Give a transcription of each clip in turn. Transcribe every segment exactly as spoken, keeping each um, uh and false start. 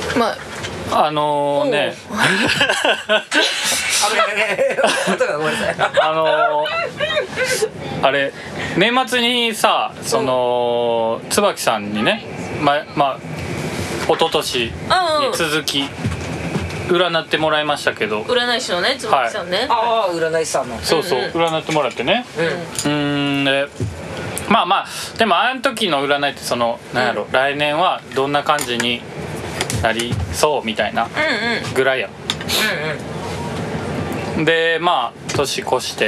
まああのー、ねあのー、あれ年末にさその椿さんにねままあ一昨年に続き占ってもらいましたけど、 占い師のね椿さんね、はい、 ああ占い師さんのそうそう、うんうん、占ってもらってね、うん、うーんでまあまあでもあの時の占いってそのなんやろ、うん、来年はどんな感じになりそうみたいなぐらいやん、うんうん、でまあ年越して、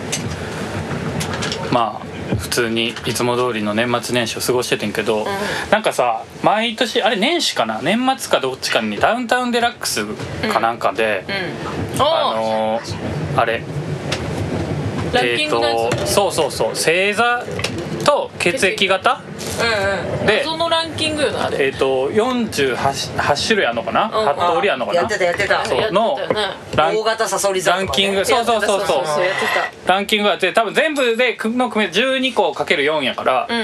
うん、まあ普通にいつも通りの年末年始を過ごしててんけど、うん、なんかさ毎年あれ年始かな年末かどっちかにダウンタウンデラックスかなんかで、うんうん、あのー、あれランキングのやつ、 えー、とそうそうそう星座と血液型、 うんうん、 でそのランキングよなあれ、 えー、とよんじゅうはち種類あるのかな、うん、はち通りあるのかな、 やってたやってたそうの大型サソリ座とか、ね、 ランキングそうそうそうそうランキングがあって多分全部での組みじゅうにこかけるよんやから、うん、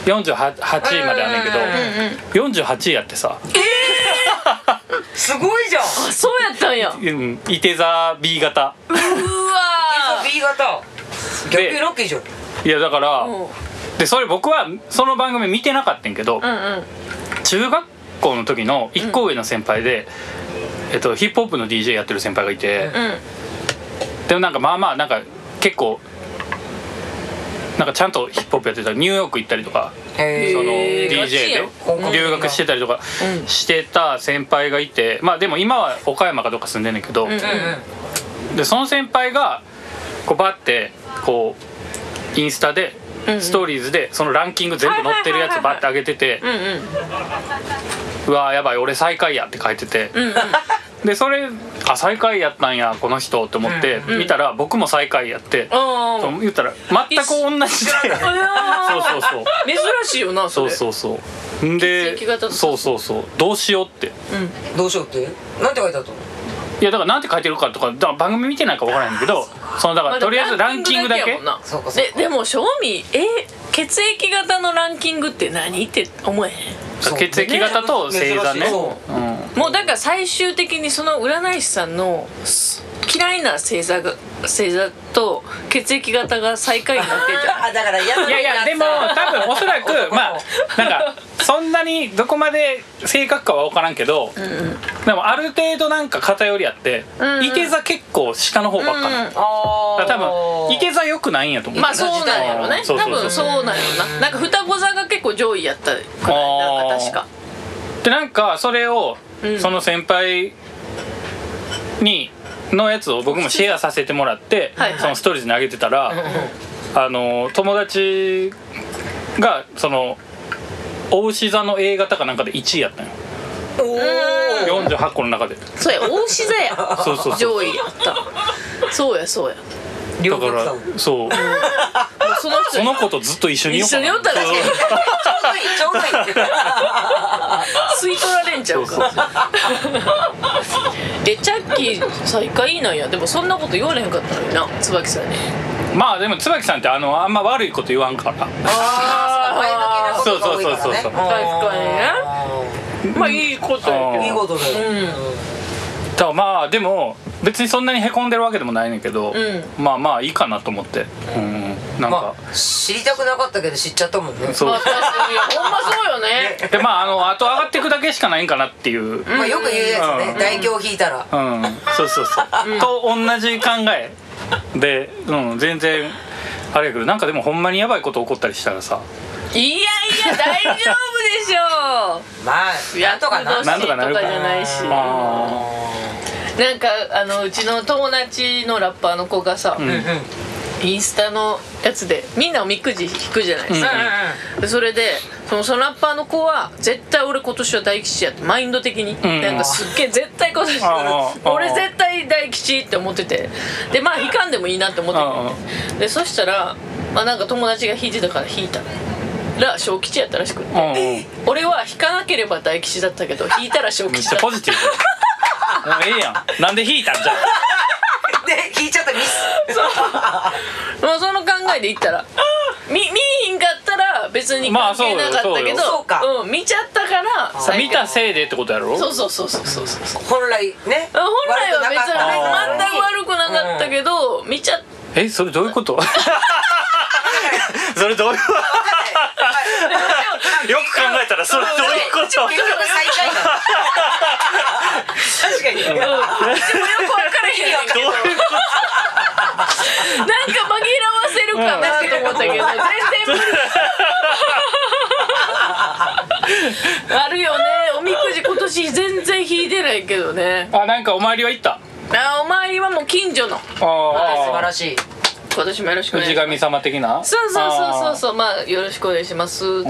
よんじゅうはちいまであんねんけど、うんうん、よんじゅうはちいやってさえー、すごいじゃん。あそうやったんや、 うん、いて座 B 型うわー B 型逆ラッキーじゃん。 いやだから、うんでそれ僕はその番組見てなかったんけど、うんうん、中学校の時のいっこ上の先輩で、うんえっと、ヒップホップの ディージェー やってる先輩がいて、うん、でもなんかまあまあなんか結構なんかちゃんとヒップホップやってたニューヨーク行ったりとかその ディージェー で留学してたりとかしてた先輩がいてまあでも今は岡山かどっか住んでんねんけど、うんうん、でその先輩がこうバッてこうインスタでストーリーズでそのランキング全部載ってるやつバッて上げててうわーやばい俺最下位やって書いててでそれあ最下位やったんやこの人って思って見たら僕も最下位やって言ったら全く同じでそうそうそう珍しいよなそれそうそうそうでそうそうそうどうしようって、 うん、どうしようってなんて書いてあったのいやだからなんて書いてるかとかだから番組見てないか分からないんだけどそのだからとりあえずランキングだけででも正味え血液型のランキングって何って思えへん血液型と星座ね、 うん、もうだから最終的にその占い師さんの嫌いな星座が星座と血液型が最下位になってんじゃんあだからやいやいやでも多分おそらくまあなんかそんなにどこまで正確かは分からんけど、うんうん、でもある程度なんか偏りあって、うんうん、いて座結構下の方ばっかな、うんうん、だから多分いて座良くないんやと思うまあそうなんやろね多分そうなんやろななんか双子座が結構上位やったくらいなんか確かでなんかそれを、うん、その先輩にのやつを僕もシェアさせてもらって、はいはい、そのストーリーズに上げてたらあの友達がそのお牛座の A 型かなんかでいちいやったんよおよんじゅうはちこの中でそうやお牛座やそうそうそう上位やったそうやそうやだからそうそのその子とずっと一緒にいようかな一緒におったらちょうどいいちょうどいい吸い取られんちゃうかでチャッキー最下位なんやでもそんなこと言われへんかったのにな椿さんにまあでも椿さんってあのあんま悪いこと言わんからああそうそうそうそうそう確かにねまあいいことやけどいいことだよ、うんだからまあでも別にそんなにへこんでるわけでもないねんけど、うん、まあまあいいかなと思って、うん、なんか、まあ、知りたくなかったけど知っちゃったもんねそう、 まあ、確かにほんまそうよねでまああの後上がっていくだけしかないんかなっていう、 まあ、よく言うやつね、うん、大凶引いたらうんそうそうそう、うん、と同じ考えで、うん、全然あれやけどなんかでもほんまにやばいこと起こったりしたらさいやいや大丈夫でしょまあなんとかななんとかなるかじゃないしなんかあのうちの友達のラッパーの子がさ、うんうん、インスタのやつでみんなおみくじ引くじゃないですか、うんうん、でそれでそのそのラッパーの子は絶対俺今年は大吉やってマインド的に、うん、なんかすっげえ絶対今年俺絶対大吉って思っててでまあ引かんでもいいなって思っててでそしたら、まあ、なんか友達が引いてたから引いたら小吉やったらしくって、うん、俺は引かなければ大吉だったけど引いたら小吉だっためっちゃポジティブもうええやんなんで引いたんじゃんで引いちゃったミスそうもうその考えで言ったら見見ひんかったら別に関係なかったけまあそうよそうど、 かうん、見ちゃったから最近見たせいでってことやろ。 そうそうそうそうそうそう本来ね本来は別に悪くなかったのに全く悪くなかったけど、見ちゃっえそれどういうことそれどういうよく考えたらそれどういうこと結局最下位だ確かに、うん、 うん、でもよく分からへんやんけどなんか紛らわせるかなと思ったけど、全然無理あるよね。おみくじ今年全然引いてないけどね。 あ、なんかお参りは行った。 あ、お参りはもう近所の。 ああ、素晴らしい。 今年もよろしくお願いします。 氏神様的な。 そうそうそうそうそう、まあよろしくお願いしますつって。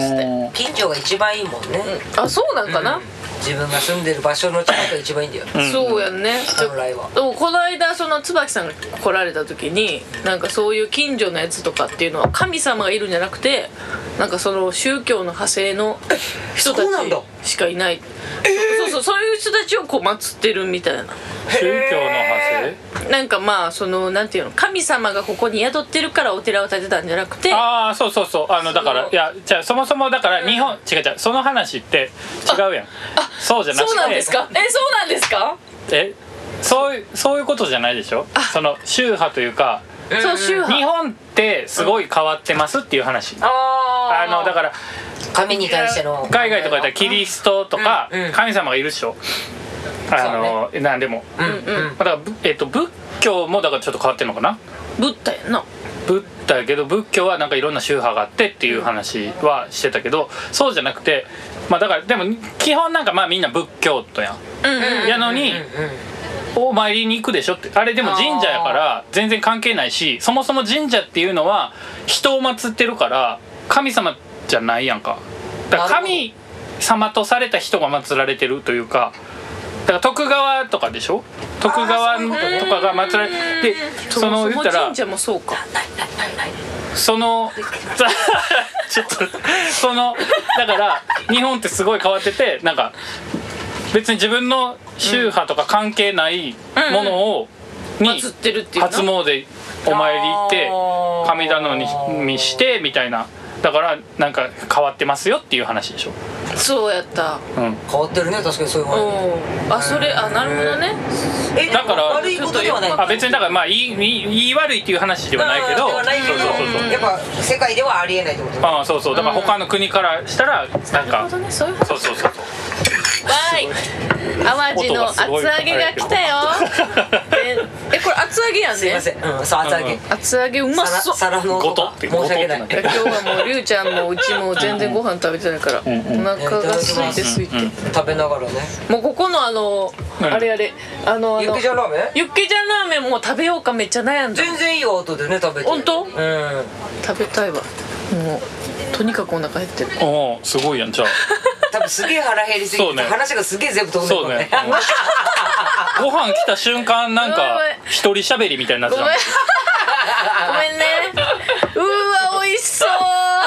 近所が一番いいもんね、 うん、あ、そうなんかな、うん、 自分が住んでる場所の近くが一番いいんだよ、 うん、そうやんね。 本来は。 でもこの間その椿さんが来られた時に、なんかそういう近所のやつとかっていうのは神様がいるんじゃなくて、なんかその宗教の派生の人たちしかいない。そうそう、そういう人たちをこう祀ってるみたいな。 宗教の派生？ なんかまあそのなんていうの、神様がここに宿ってるからお寺を建てたんじゃなくて。 ああ、そうそうそう、あのだからいやじゃあそもそもだから日本、うん、違う違う、その話って違うやん。あ、そうじゃなくて。 そうなんですか。え、そうなんですか。 え、そういうそういうことじゃないでしょ。その宗派というか。 そう、宗派。 日本ってすごい変わってますっていう話。うん、ああのだから神に対しての海外とかだったらキリストとか神様がいるでしょ。あの、ね、なんでも、うんうん、だから、えっと、仏教もだからちょっと変わってんのかな。 ブッダやな。 ブッダやけど仏教はなんかいろんな宗派があってっていう話はしてたけど、そうじゃなくて、まあだからでも基本なんかまあみんな仏教徒やん、うん、やのに、お参りに行くでしょって。あれでも神社やから全然関係ないし、そもそも神社っていうのは人を祀ってるから神様じゃないやんか。だから神様とされた人が祀られてるというか、だから徳川とかでしょ。徳川とかが祀られて、その言ったら神社もそうか。 そのちょっとそのだから日本ってすごい変わってて、なんか別に自分の宗派とか関係ないものをに初詣お参り行って神頼みにしてみたいな。だからなんか変わってますよっていう話でしょ。 そうやった、 うん、変わってるね、確かにそういうの。あ、それ、あ、なるほどね。 え、だから悪いことではない。 あ、別にだからまあいいいい悪いっていう話ではないけど、 ではないけど、やっぱ世界ではありえないってこと。 ああ、そうそう、だから他の国からしたらなんか、 ね、そういうこと。 そうそうそうそう。 わーい、淡路の厚揚げが来たよ。え、え、これ厚揚げやんね。 すいません、うん、そう、厚揚げ。 厚揚げうまそう。 皿のごとって申し訳ない。 今日はもうりゅうちゃんもうちも全然ご飯食べてないから、お腹が空いて空いて。 食べながらね。 もうここのあのあれあれあのユッケジャンラーメン？ ユッケジャンラーメンも食べようかめっちゃ悩んだ。 全然いいよ、後でね食べて。 本当？ うん。 食べたいわ。もうとにかくお腹減ってる。 おお、すごいやん。じゃあ多分すげえ腹減りすぎて、ね、話がすげえ全部飛んでるもんね。 ご飯来た瞬間なんか一人喋りみたいになってた。 ごめんね。うわ、美味しそう。唐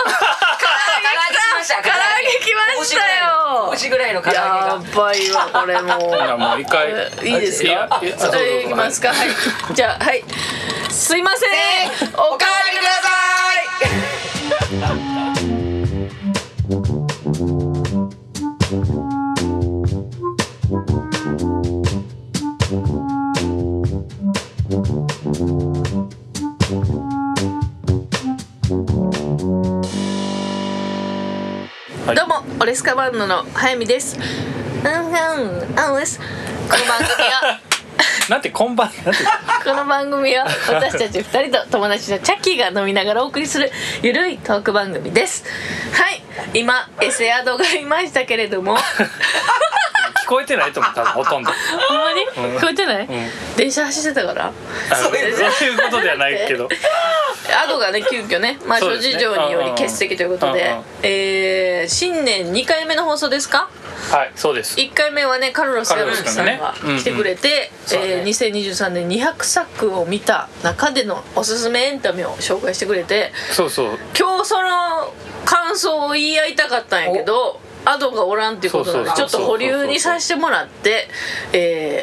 揚げ来ましたよ。 おしぐらいの唐揚げがやばいわこれもう。 いやもう一回いいですか。いきますか。はい。じゃあはい。すいません。おかわりください。どうもオレスカバンドの早見です。うんうんあんです。この番組はなんてこんばんなんてこの番組は私たちふたりと友達のチャッキーが飲みながらお送りするゆるいトーク番組です。はい、今エセアドがいましたけれども聞こえてないと思う、多分ほとんど。 ほんまに、うん、聞こえてない、うん、電車走ってたからそういうことではないけどアドがね急遽ね、まあ、諸事情により欠席ということで、うんうん、えー、新年にかいめの放送ですか。 はい、そうです。 いっかいめはねカルロス山口さんが来てくれて、うんうん、えー、にせんにじゅうさんねんにひゃくさくを見た中でのおすすめエンタメを紹介してくれて、 そうそう、 今日その感想を言い合いたかったんやけどアドがおらんっていうことなのでちょっと保留にさせてもらって、えー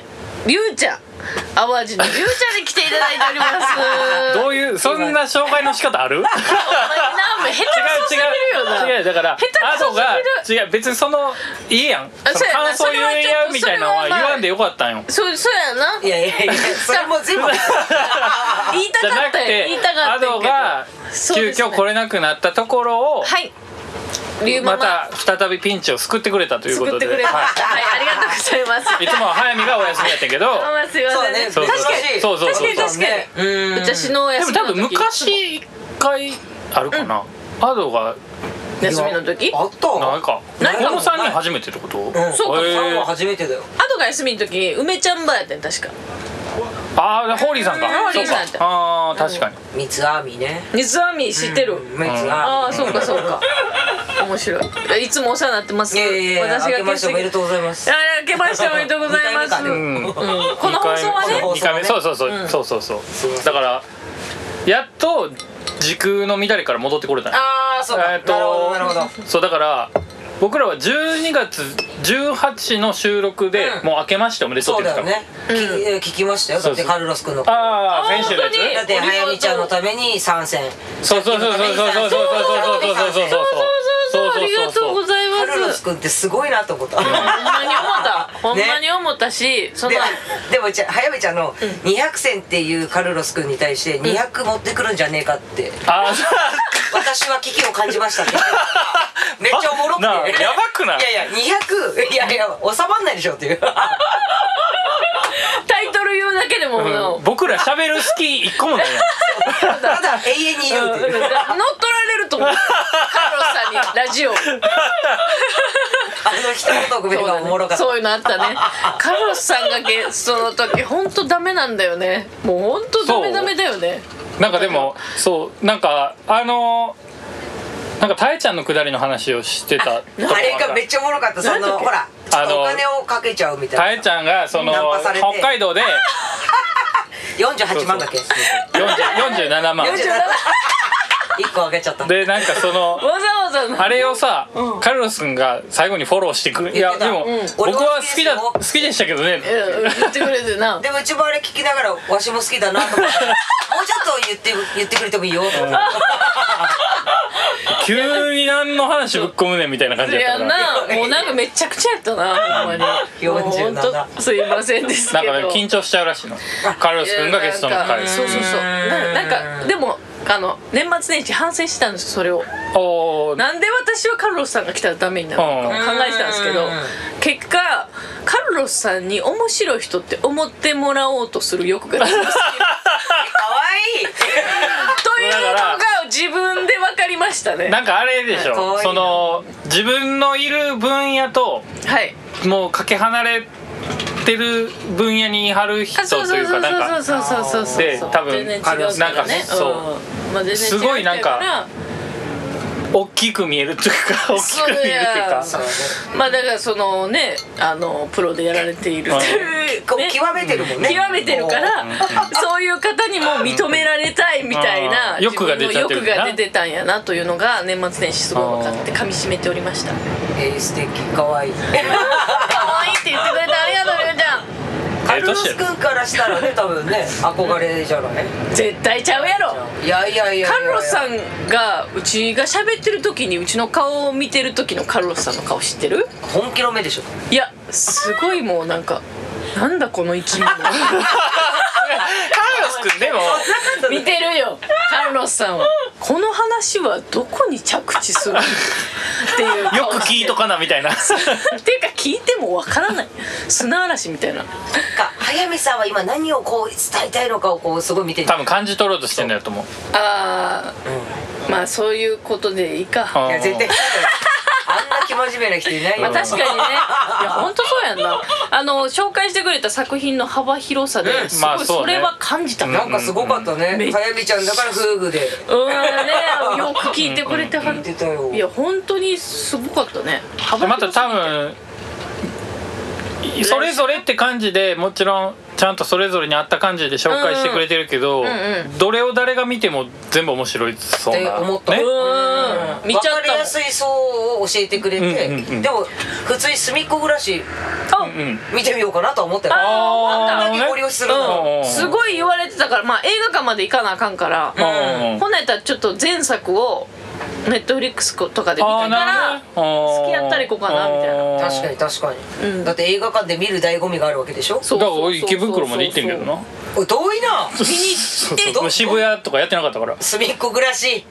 りゅうちゃん淡路のりゅうちゃんに来ていただいておりますどういうそんな紹介の仕方ある？ お前なお前下手くそすぎるよな。 違う違う違うだから下手くそすぎる。 違う別にそのいいやんそのそうやな感想言えやみたいなのは言わんでよかったんよ。 そうそうやな。 いやいやいやそれも全部言いたじゃなくかったよ言いてたかったアドが急遽来れなくなったところをはいリュウマまマた再びピンチを救ってくれたということで、 作ってくれまはした。はいありがとうございます。 い、いつもは早見がお休みやったけどあまあすいませんね。 そうだね確かにそうそうそう確かに確かに。 うん私のおでも多分休みの時昔一回あるかな、アドが休みの時あったないかないかもこのさんにん初めてってこと？ うんそうかへーさんは初めてだよあとが休みの時梅ちゃんばやったん確か。 ああホーリーさんかホーリーさんやったそうかああ確かに三つ編みね水編み知ってる。 三つ編みああそうかそうか。面白い。いつもお世話になってます。 いやいやいや私が明けましておめでとうございますあ明けましておめでとうございます。 にかいめかでもうんうんこの放送はねにかいめそうそうそう、 うんそうそうそうだからやっと時空の乱れから戻ってこれたのああそうかえーっとなるほどなるほどそうだから僕らはじゅうにがつじゅうはちの収録で、 うんもう明けましておめでとうってそうだ言ってたよね聞き聞きましたよだそうそうってカルロス君のああ先週のやつあー本当にだって早見ちゃんのために参戦そうそうそうそうそうそうそうそうそうそうそうそうそうそうそうありがとうございカルロます。 ス君ってすごいなと思ったほんまに思った。ほんまに思ったし、そのででもじゃ早見ちゃんのにひゃくせんっていうカルロス君に対してにひゃく持ってくるんじゃねえかってあ私は危機を感じましたって言ってたからめっちゃおもろくてなあやばくないいやいやにひゃくいやいや収まんないでしょっていうタイトル言うだけでももううん僕ら喋る好き一個もないやんただ永遠に言うっていう乗っ取られると思う。カルロスさんにラジオ。 あの一言をくれるがおもろかったそういうのあったね。カルロスさんがゲストの時本当ダメなんだよね。もう本当ダメダメだよね。 なんかでもそうなんかあのなんかたえちゃんのくだりの話をしてたとこあれがめっちゃおもろかったそなんだっけのほらちょっとあのお金をかけちゃうみたいなたえちゃんがそのナンパされて北海道でよんじゅうはちまんだっけよんじゅうよんじゅうななまんよんじゅうなないっこあげちゃったでなんかそのわざわざあれをさ、 うんカルロス君が最後にフォローしてくるいや言ってたでも、 うん僕は好きだ俺は好き好きでしたけどねうん言ってくれてな。 でもうちもあれ聞きながらわしも好きだなと思ってもうちょっと言って言ってくれてもいいよと思って急に何の話ぶっ込むねんみたいな感じいやだったからな、もうなんかめちゃくちゃやったな、ほんまに。 よんじゅうななもうほんとすいませんですけど。 なんかね緊張しちゃうらしいのカルロス君がゲストの回いやなんかそうそうそう。ななんかでもあの年末年始反省したんですそれを。 おーなんで私はカルロスさんが来たらダメになるのか考えてたんですけどうん結果カルロスさんに面白い人って思ってもらおうとする欲が強すぎるかわいいというのが自分で分かりましたね。 なんかあれでしょかわいいなその自分のいる分野とはい。 もうかけ離れてる分野に張る人あそうというそうそうかなんかそうそうそうそうそうで多分全然違うからね。 なんかそううんまあ全然違うすごいなんから大きく見えるというか大きく見えるというかそうまあだからそのねあのプロでやられているうんこうね極めてるもんね極めてるからそういう方にも認められたいみたいなうん欲が出ちゃってる自分の欲が出てたんやなというのが年末年始すごい分かって噛み締めておりました。 えー素敵かわいい可愛いって言ってくれてありがとうりゅうちゃん。 カルロス君からしたらね多分ね憧れじゃない絶対ちゃうやろ。 いやいやいやいやカルロスさんがうちが喋ってる時にうちの顔を見てる時のカルロスさんの顔知ってる？ 本気の目でしょいやすごいもうなんかなんだこの生き物カルロス君でも見てるよカルロスさんはこの話はどこに着地するっていう顔よく聞いとかなみたいなっていうか聞いてもわからない砂嵐みたいな。 か早見さんは今何をこう伝えたいのかをこうすごい見てる多分感じ取ろうとしてんだよと思うあうんーまあそういうことでいいか。 あいや絶対あんな生真面目な人いないよまあ確かにねいや本当そうやんな。あの紹介してくれた作品の幅広さねですごいまあそうねそれは感じた。 なんかすごかったね、 うんうん早見ちゃんだから夫婦でうんねよく聞いてくれては聞いる。 てたよいや本当にすごかったね。幅また広すぎて多分それぞれって感じでもちろんちちゃんとそれぞれに合った感じで紹介してくれてるけど、 うんうんどれを誰が見ても全部面白いそうってな思った、 ね。 うん見分ちゃったもんかりやすい層を教えてくれて、 うんうんうんでも普通に隅っこ暮らしあうん見てみようかなとは思ったよ。 あーあんだけご利用するの、 うんすごい言われてたから、まあ映画館まで行かなあかんから、 うんほんなやったらちょっと前作をネットフリックスとかで見あーたからなるほどね好きやったら行こうかなみたいな。 確かに確かに、 うんだって映画館で見る醍醐味があるわけでしょ。 そうだから俺池袋まで行ってんけどな。 おい遠いな。 見に行ってど渋谷とかやってなかったから。 隅っこ暮らし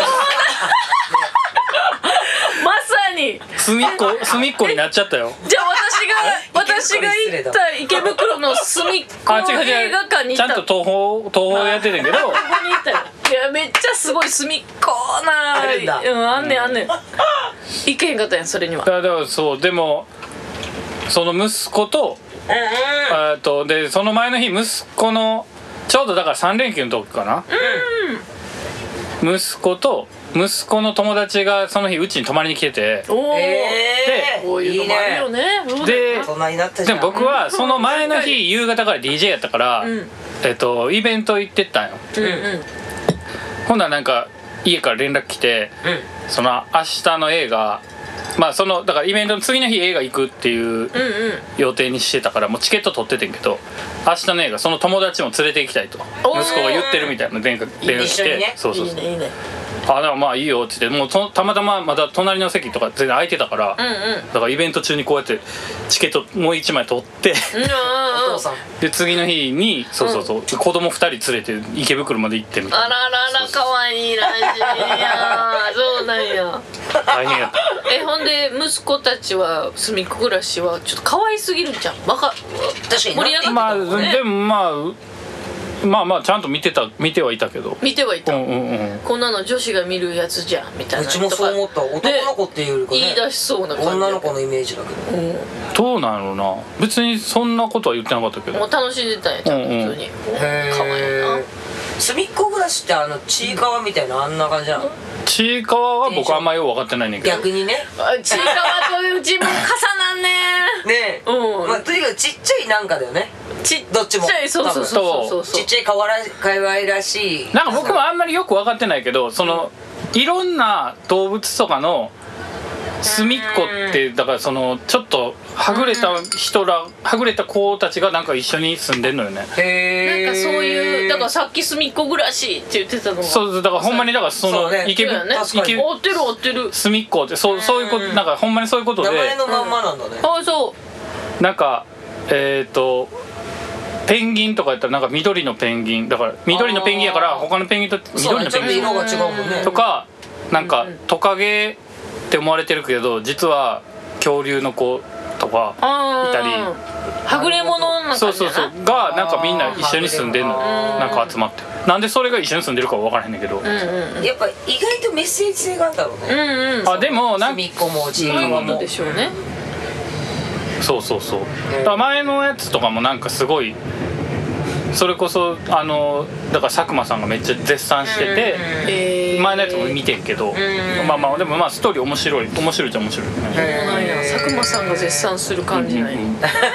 まさに隅っこ隅っこになっちゃったよ。 じゃあ私が私が行った池袋の隅っこあ違う違映画館う。 に行ったちゃんと東宝東宝やっててんけど。 ここに行ったよ。いやめっちゃすごい隅っこなあるんだうんあんねんあんねん行けへんかったやんそれには。 だからそうでもその息子とえっとでその前の日息子のちょうどだからさん連休の時かな。息子と息子の友達がその日うちに泊まりに来てて。 おお、 えー、 こういうのもあるよね。そうだよでな大人になったじゃん。 でも僕はその前の日夕方から ディージェー やったから、 うんえっとイベント行ってったんよ。 うんうんほんならなんか家から連絡来て、その明日の映画まあそのだからイベントの次の日映画行くっていううんうん予定にしてたからもうチケット取っててんけど、明日の映画その友達も連れて行きたいと息子が言ってるみたいな電話電話来て、 一緒にねそうそうそう、 いいねいいね。 あでもまあいいよって言ってもうとたまたままだ隣の席とか全然空いてたから、 うんうんだからイベント中にこうやってチケットもういちまい取ってうんうんお父さんで次の日にそうそうそう、子供ふたり連れて池袋まで行ってみたいな。 あらららかわいいらしいやそうなんや。 大変やった。 えほんで息子たちは隅っこ暮らしはちょっと可愛すぎるじゃん。わか確かに盛り上がってまあたもんね。 でもまあまあまあちゃんと見てた見てはいたけど、 見てはいた、 うんうんうん、 こんなの女子が見るやつじゃんみたいうなちもそう思った。男の子っていうよりかね言い出しそうな感じ女の子のイメージだけど、 うんどうなんやろうな。別にそんなことは言ってなかったけど。 もう楽しんでたんや多分うんうん普通に、 へ可愛いな。 ー隅っこ暮らしってあのちいかわみたいなあんな感じなの。 ちいかわは僕あんまよう分かってないねんけど。 逆にねあちいかわとうちも重なんねねえ、 うんまあ、とにかくちっちゃいなんかだよね。 ちどっちもちっちゃいそうそうそうそうそうちっちゃいかわらかわいらしい。 なんか僕もあんまりよく分かってないけど、そのいろんな動物とかの隅っこってだからそのちょっとはぐれた人らはぐれた子たちがなんか一緒に住んでんのよね。 へえ。 なんかそういうだからさっき隅っこ暮らしって言ってたのがそうそうだからほんまにだからそのそうね池ぶそうやね確かに池追ってる追ってる隅っこってそうそういうことなんかほんまにそういうことで名前のまんまなんだね。 あそうなんかえっとペンギンとかやったらなんか緑のペンギンだから緑のペンギンやから他のペンギンとそうね、ちょっと緑のペンギン色が違うもんね。 とかなんかうんうんトカゲって思われてるけど実は恐竜の子とかあーいたりはぐれ者な感じやなそうそうそうがなんかみんな一緒に住んでんのあーなんか集まってなんでそれが一緒に住んでるかは分からへんねんけどうんうんやっぱ意外とメッセージ性があるんだろうね。 うんうんあでもなんか隅っこもちいそういうことかわも。 でしょうね。 そうそうそうだから前のやつとかもなんかすごいそれこそあのだから佐久間さんがめっちゃ絶賛しててえー前のやつも見てんけどまあまあでもまあストーリー面白い面白いっちゃ面白いねそうなんや佐久間さんが絶賛する感じなんや。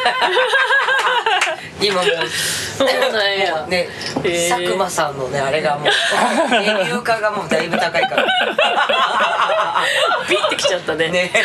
今もうそうなんや。 ね、 へー佐久間さんのねあれがもうレビュー価がもうだいぶ高いからピッてきちゃったね。 ね。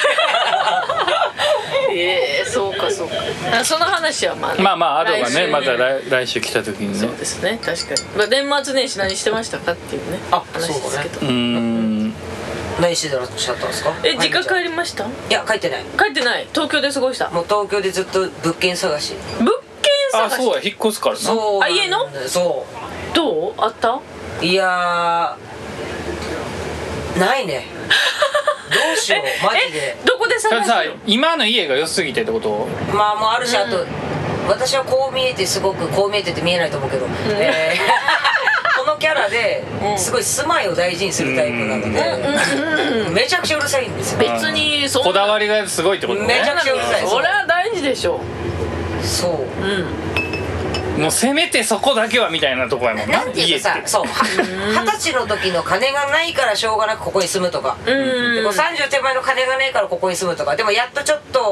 えー、そうかそうか。あその話はまあね、 まあまああとは来週ねまた来来週来た時にねそうですね確かに。まあ年末年始何してましたかっていうねあ話ですけど。 うーん何してらっしゃったんですか。 え実家帰り。 りました？ いや帰ってない。 帰ってない。東京で過ごした。 もう東京でずっと物件探し。 物件探し。 あそうや引っ越すからなそうなんだよ。 あ家のそどうあった？ う。いやーないね。どうしようマジで。 えどこでだってさ探したの？ 今の家が良すぎてってことまあもうあるし、 うんあと私はこう見えてすごくこう見えてって見えないと思うけど、えーこのキャラでうんすごい住まいを大事にするタイプなので、めちゃくちゃうるさいんですよ。 別にそんなこだわりがすごいってことねめちゃくちゃうるさい。 それは大事でしょ。 そう。 うん。 もうせめてそこだけはみたいなとこやもんななんていう家ってかさ、そうは二十歳の時の金がないからしょうがなくここに住むとか、 うんでこうさんじゅう手前の金がないからここに住むとか、でもやっとちょっと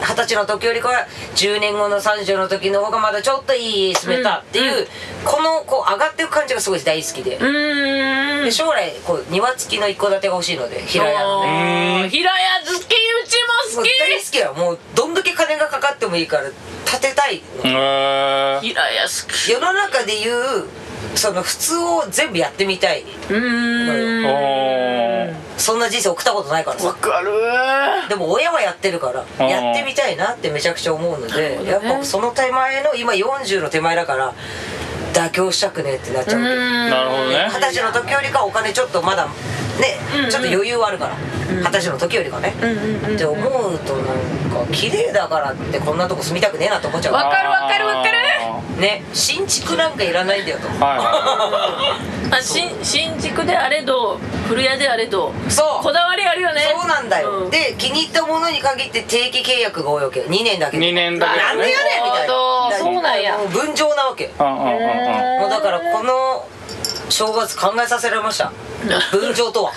二十歳の時よりかはじゅうねんごのさんじゅうの時の方がまだちょっといい住めたっていう、うん、このこう上がっていく感じがすごい大好きで、うん、で将来こう庭付きの一戸建てが欲しいので平屋のね、 平屋好き、うちも好き、 大好きや。もうどんだけ金がかかってもいいから建てたいの。 平屋好き。 世の中でいうその普通を全部やってみたい。うーん、そんな人生送ったことないからさ。 わかる。 でも親はやってるからやってみたいなってめちゃくちゃ思うので、ね、やっぱその手前の今よんじゅうの手前だから妥協したくねえってなっちゃうわけ。 なるほどね。 二十歳の時よりかお金ちょっとまだね、うんうん、ちょっと余裕はあるから二十歳の時よりかね、うんうんうん、って思うとなんか綺麗だからってこんなとこ住みたくねえなと思っちゃう。 わかるわかるわかるね、新築なんかいらないんだよと、はいはい、新, 新築であれど古屋であれどそうこだわりあるよね。 そうなんだよ、うん、で気に入ったものに限って定期契約が多いわけ。にねんだけにねんだけ、ね、 なんでやねんみたいな。 そうなんや。 もう分譲なわけ。うんうんうんうん、もうだからこの正月考えさせられました。分譲とは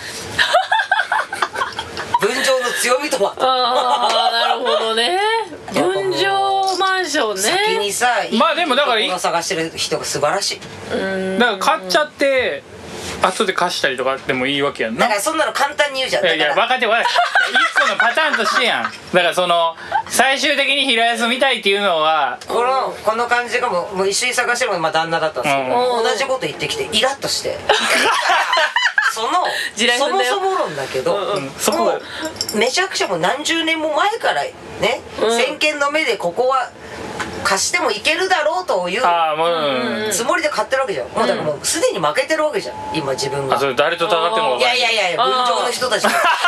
分譲の強みとは。 ああなるほどね。分譲マンションね。 先にさ、 まあでもだからいいところ探してる人が素晴らしい。 うんだから買っちゃって後で貸したりとかでもいいわけやんな。 だからそんなの簡単に言うじゃん。 いやいや分かって分かって一個のパターンとしてやん。だからその最終的に平安住みたいっていうのはこのこの感じがもう、もう一緒に探してるのがまあ旦那だったんですけど、うん、同じこと言ってきてイラッとしてそのそもそも論だけど、うんうん、そこめちゃくちゃもう何十年も前からね、うん、先見の目でここは貸してもいけるだろうというつもりで買ってるわけじゃん。もうだからもうすでに負けてるわけじゃん今自分が。 あそれ誰と戦っても分かんない。 いやいやいや分譲の人たちが分か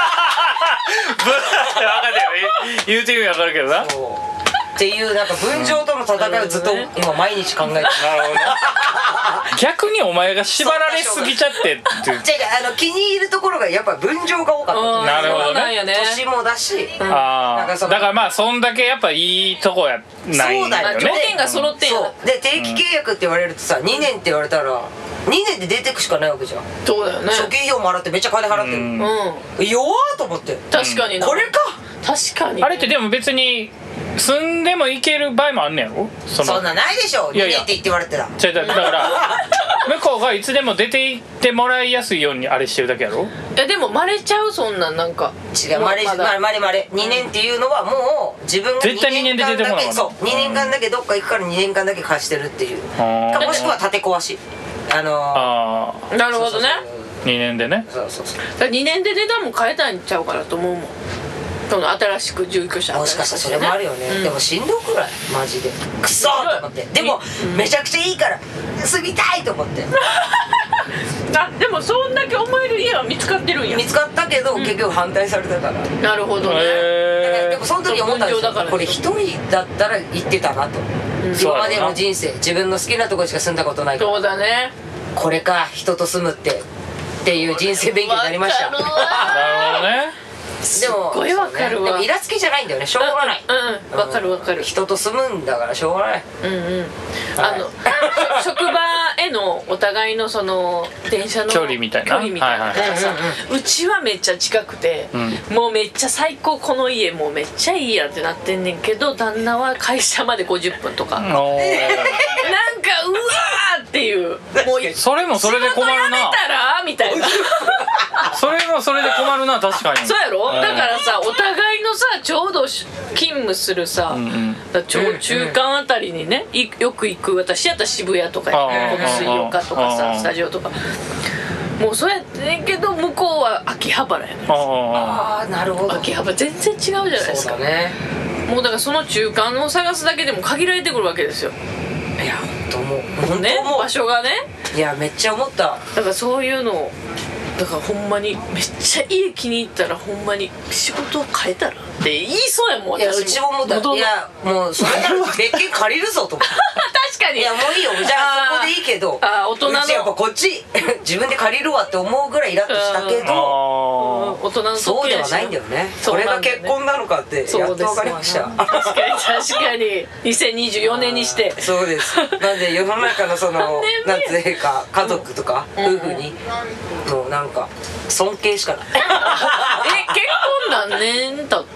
るよ言うてる意味分かるけどなっていうなんか分譲との戦いをずっと今毎日考えてる。なるほどね。 逆にお前が縛られすぎちゃってって違うあの気に入るところがやっぱ分譲が多かった。 なるほどね。 年もだし、 うん、あだからまあそんだけやっぱいいとこやないんだよね。 条件が揃ってんや。 で定期契約って言われるとさにねんって言われたらにねんで出てくしかないわけじゃん。 そうだよね。 初期費用も払ってめっちゃ金払ってる。うん、弱ーと思って。 確かにこれか。 確かに。 あれってでも別に住んでも行ける場合もあんねやろ。 そ, そんなないでしょ。にねんって言って言われてた。 違うだから向こうがいつでも出て行ってもらいやすいようにあれしてるだけやろ。 いやでもまれちゃうそんなんなんか違うまれまれまれまれにねんっていうのはもう自分が絶対にねんで出てこない。 そうにねんかんだけどっか行くからにねんかんだけ貸してるっていうかもしくは建て壊しあのー、 あなるほどね。 にねんでね。 そうそうそう。 にねんで値段も変えたんちゃうかなと思うもん。その新しく住居者もしかしたらそれもあるよね、うん、でもしんどくないマジでクソーと思ってでも、うん、めちゃくちゃいいから住みたいと思ってあでもそんだけ思える家は見つかってるんや。 見つかったけど、うん、結局反対されたから。 なるほどね。 だからでもその時思ったんですよ。これ一人だったら行ってたなと、うん、今までの人生自分の好きなところしか住んだことないから。 そうだね。 これか人と住むってっていう人生勉強になりました。なるほどね。 でもすごいわかるわ。 でもイラつきじゃないんだよね。しょうがない。 うんわ、うん、かるわかる。 人と住むんだからしょうがない。 うんうん。あの職場へのお互いのその電車の距離みたいな距離みたいなのがさ、うちはめっちゃ近くて、うん、もうめっちゃ最高この家もうめっちゃいいやってなってんねんけど旦那は会社までごじゅっぷんとか。なんかうわーっていうもうそれもそれで困るな。 仕事辞めたらみたいな。 それもそれで困るな確かに。 そうやろ。だからさお互いのさちょうど勤務するさ、うんうん、だちょ中間あたりにねよく行く私やったら渋谷とかこの水曜日とかさスタジオとかもうそうやってねんけど向こうは秋葉原やねん。 ああなるほど。 秋葉原全然違うじゃないですか。 そうだね。 もうだからその中間を探すだけでも限られてくるわけですよ。 いや本当もう本当もうね場所がね。 いやめっちゃ思った。 だからそういうのをだからほんまにめっちゃ家気に入ったらほんまに仕事を変えたらって言いそうやもん。 いやうちも思った。いやもうそれなら別件借りるぞと思って確かに。 いやもういいよじゃあそこでいいけどあ大人のうちやっぱこっち自分で借りるわって思うぐらいイラッとしたけど大人のそうではないんだよね。これが結婚なのかってやっと分かりました。 確かに確かににせんにじゅうよねんにしてそうです。なんで世の中のそのなんていうか家族とか夫婦にもうなんか尊敬しかない。 え結婚何年経った？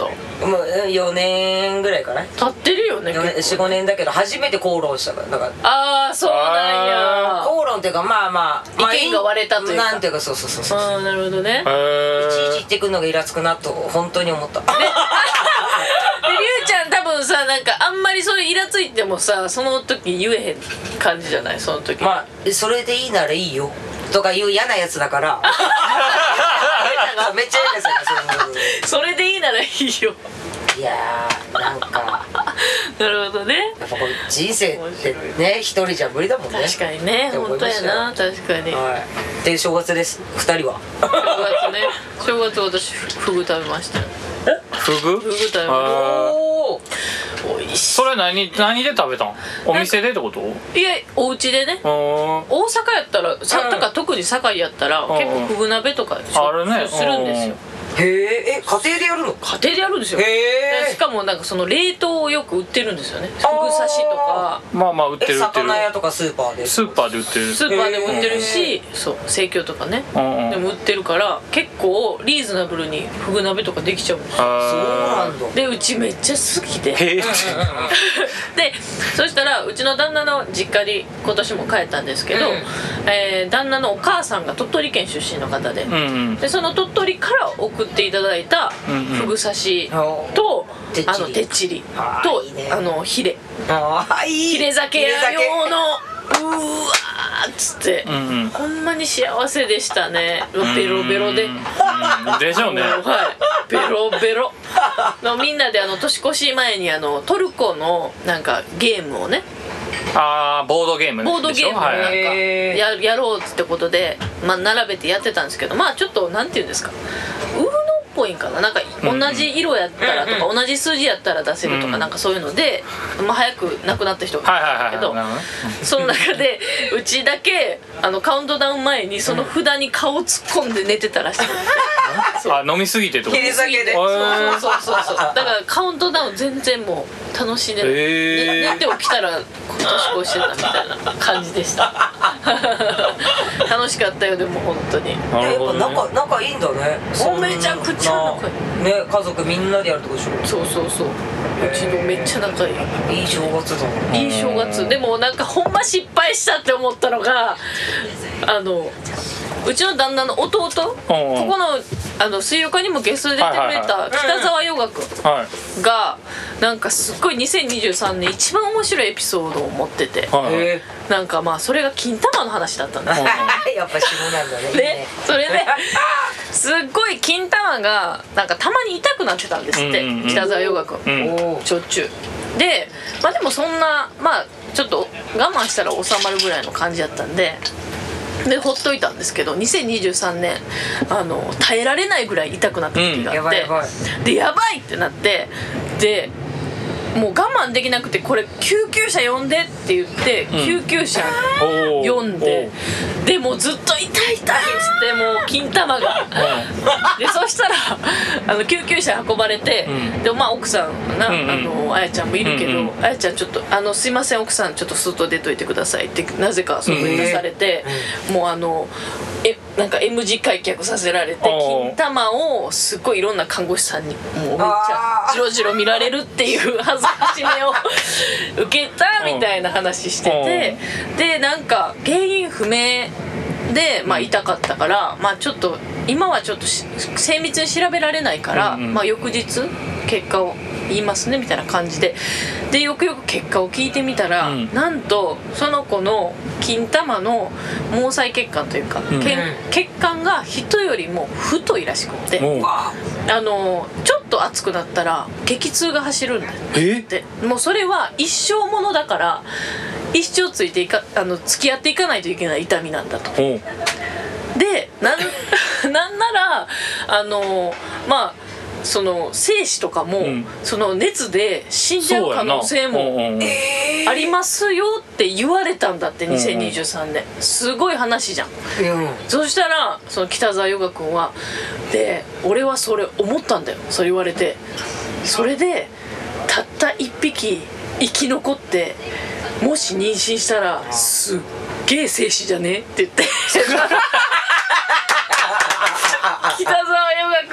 もうよねんぐらいかな。 経ってるよね。 よん、ごねんだけど初めて口論したから。だからああそうなんや。 口論っていうかまあまあ、まあ、 意見が割れたというかなんていうかそうそうそうそう。 ああなるほどね。 いちいち言ってくるのがイラつくなと本当に思った。でりゅうちゃん多分さなんかあんまりそういうイラついてもさその時言えへん感じじゃないその時。 まあそれでいいならいいよとか言う嫌なやつだから。めっちゃ嫌ですよね。 それでいいならいいよ。 いやーなんかなるほどね。 やっぱこれ人生ってね一人じゃ無理だもんね。 確かにね本当やな確かに。 はい。で正月です二人は。 正月ね正月私フグ食べましたよ。 フグ？ フグ食べました。 おお。 美味しい。 それ何何で食べたん？お店でってこと？ いやお家でね。大阪やったらさとか特に堺やったら結構フグ鍋とかするんですよ。 へえ、え、家庭でやるの？ 家庭でやるんですよ。へえ。しかもなんかその冷凍をよく売ってるんですよね。フグ刺しとか。 まあまあ売ってる売ってる。 魚屋とかスーパーで。 スーパーで売ってる。 スーパーでも売ってるし、そう生協とかね。でも売ってるから結構リーズナブルにフグ鍋とかできちゃうんですよ。そうなんだ。 でうちめっちゃ好きで。で、そしたらうちの旦那の実家に今年も帰ったんですけど、え旦那のお母さんが鳥取県出身の方で、でその鳥取から送っていただいたフグ刺しとあのてっちりとあのヒレヒレ酒屋用のうわーっつってほんまに幸せでしたね。ベロベロででしょうね。 はいベロベロのみんなであの年越し前にあのトルコのなんかゲームをねあーボードゲームボードゲームをなんか や, やろうってことで、まあ、並べてやってたんですけどまあちょっとなんていうんですかウーノっぽいんかななんか同じ色やったらとか、うん、同じ数字やったら出せるとか、うん、なんかそういうので、まあ、早く亡くなった人がいるんだけどその中でうちだけあのカウントダウン前にその札に顔突っ込んで寝てたらしいあ飲みすぎてってこと？ 切り酒でそうそうそうそうそうだからカウントダウン全然もう楽しんでる、えー、寝て起きたら年越してたみたいな感じでした楽しかったよでも本当にやっぱ仲仲いいんだね。 めちゃくちゃ仲いいね家族みんなでやるってことでしょ。 そうそうそううちのめっちゃ仲いいいい正月だもん。 いい正月でもなんかほんま失敗したって思ったのがあのうちの旦那の弟ここのあの水曜日にもゲストで出てくれた北沢ヨガ君がなんかすっごいにせんにじゅうさんねん一番面白いエピソードを持っててなんかまあそれが金玉の話だったんですやっぱ下なんだね。 でそれですっごい金玉がなんかたまに痛くなってたんですって北沢ヨガ君しょっちゅうでまあでもそんなまあちょっと我慢したら収まるぐらいの感じだったんででほっといたんですけどにせんにじゅうさんねんあの耐えられないぐらい痛くなった時があって、うん、やばいやばいでやばいってなってでもう我慢できなくてこれ救急車呼んでって言って、うん、救急車呼んででもうずっと痛い痛いっつってもう金玉がでそしたらあの救急車運ばれて、うん、でまあ奥さんな、うんうん、あのあやちゃんもいるけど、うんうん、あやちゃんちょっとあのすいません奥さんちょっと外出といてくださいってなぜか外に出されて、うん、もうあのえなんか M 字開脚させられて金玉をすっごいいろんな看護師さんにもうめっちゃジロジロ見られるっていう恥ずかしめを受けたみたいな話しててでなんか原因不明で、まあ、痛かったから、まあ、ちょっと今はちょっと精密に調べられないから、うんうんまあ、翌日結果を言いますねみたいな感じででよくよく結果を聞いてみたら、うん、なんとその子の金玉の毛細血管というか、うん、血管が人よりも太いらしくて、うん、あのちょっと熱くなったら激痛が走るんだってもうそれは一生ものだから一生ついていかあの付き合っていかないといけない痛みなんだと。でなんなんならあのまあその精子とかも、うん、その熱で死んじゃう可能性もありますよって言われたんだってにせんにじゅうさんねんすごい話じゃん、うん、そしたらその北沢ヨガ君はで俺はそれ思ったんだよそれ言われてそれでたった一匹生き残ってもし妊娠したらすっげえ精子じゃねって言って北沢ヨガ君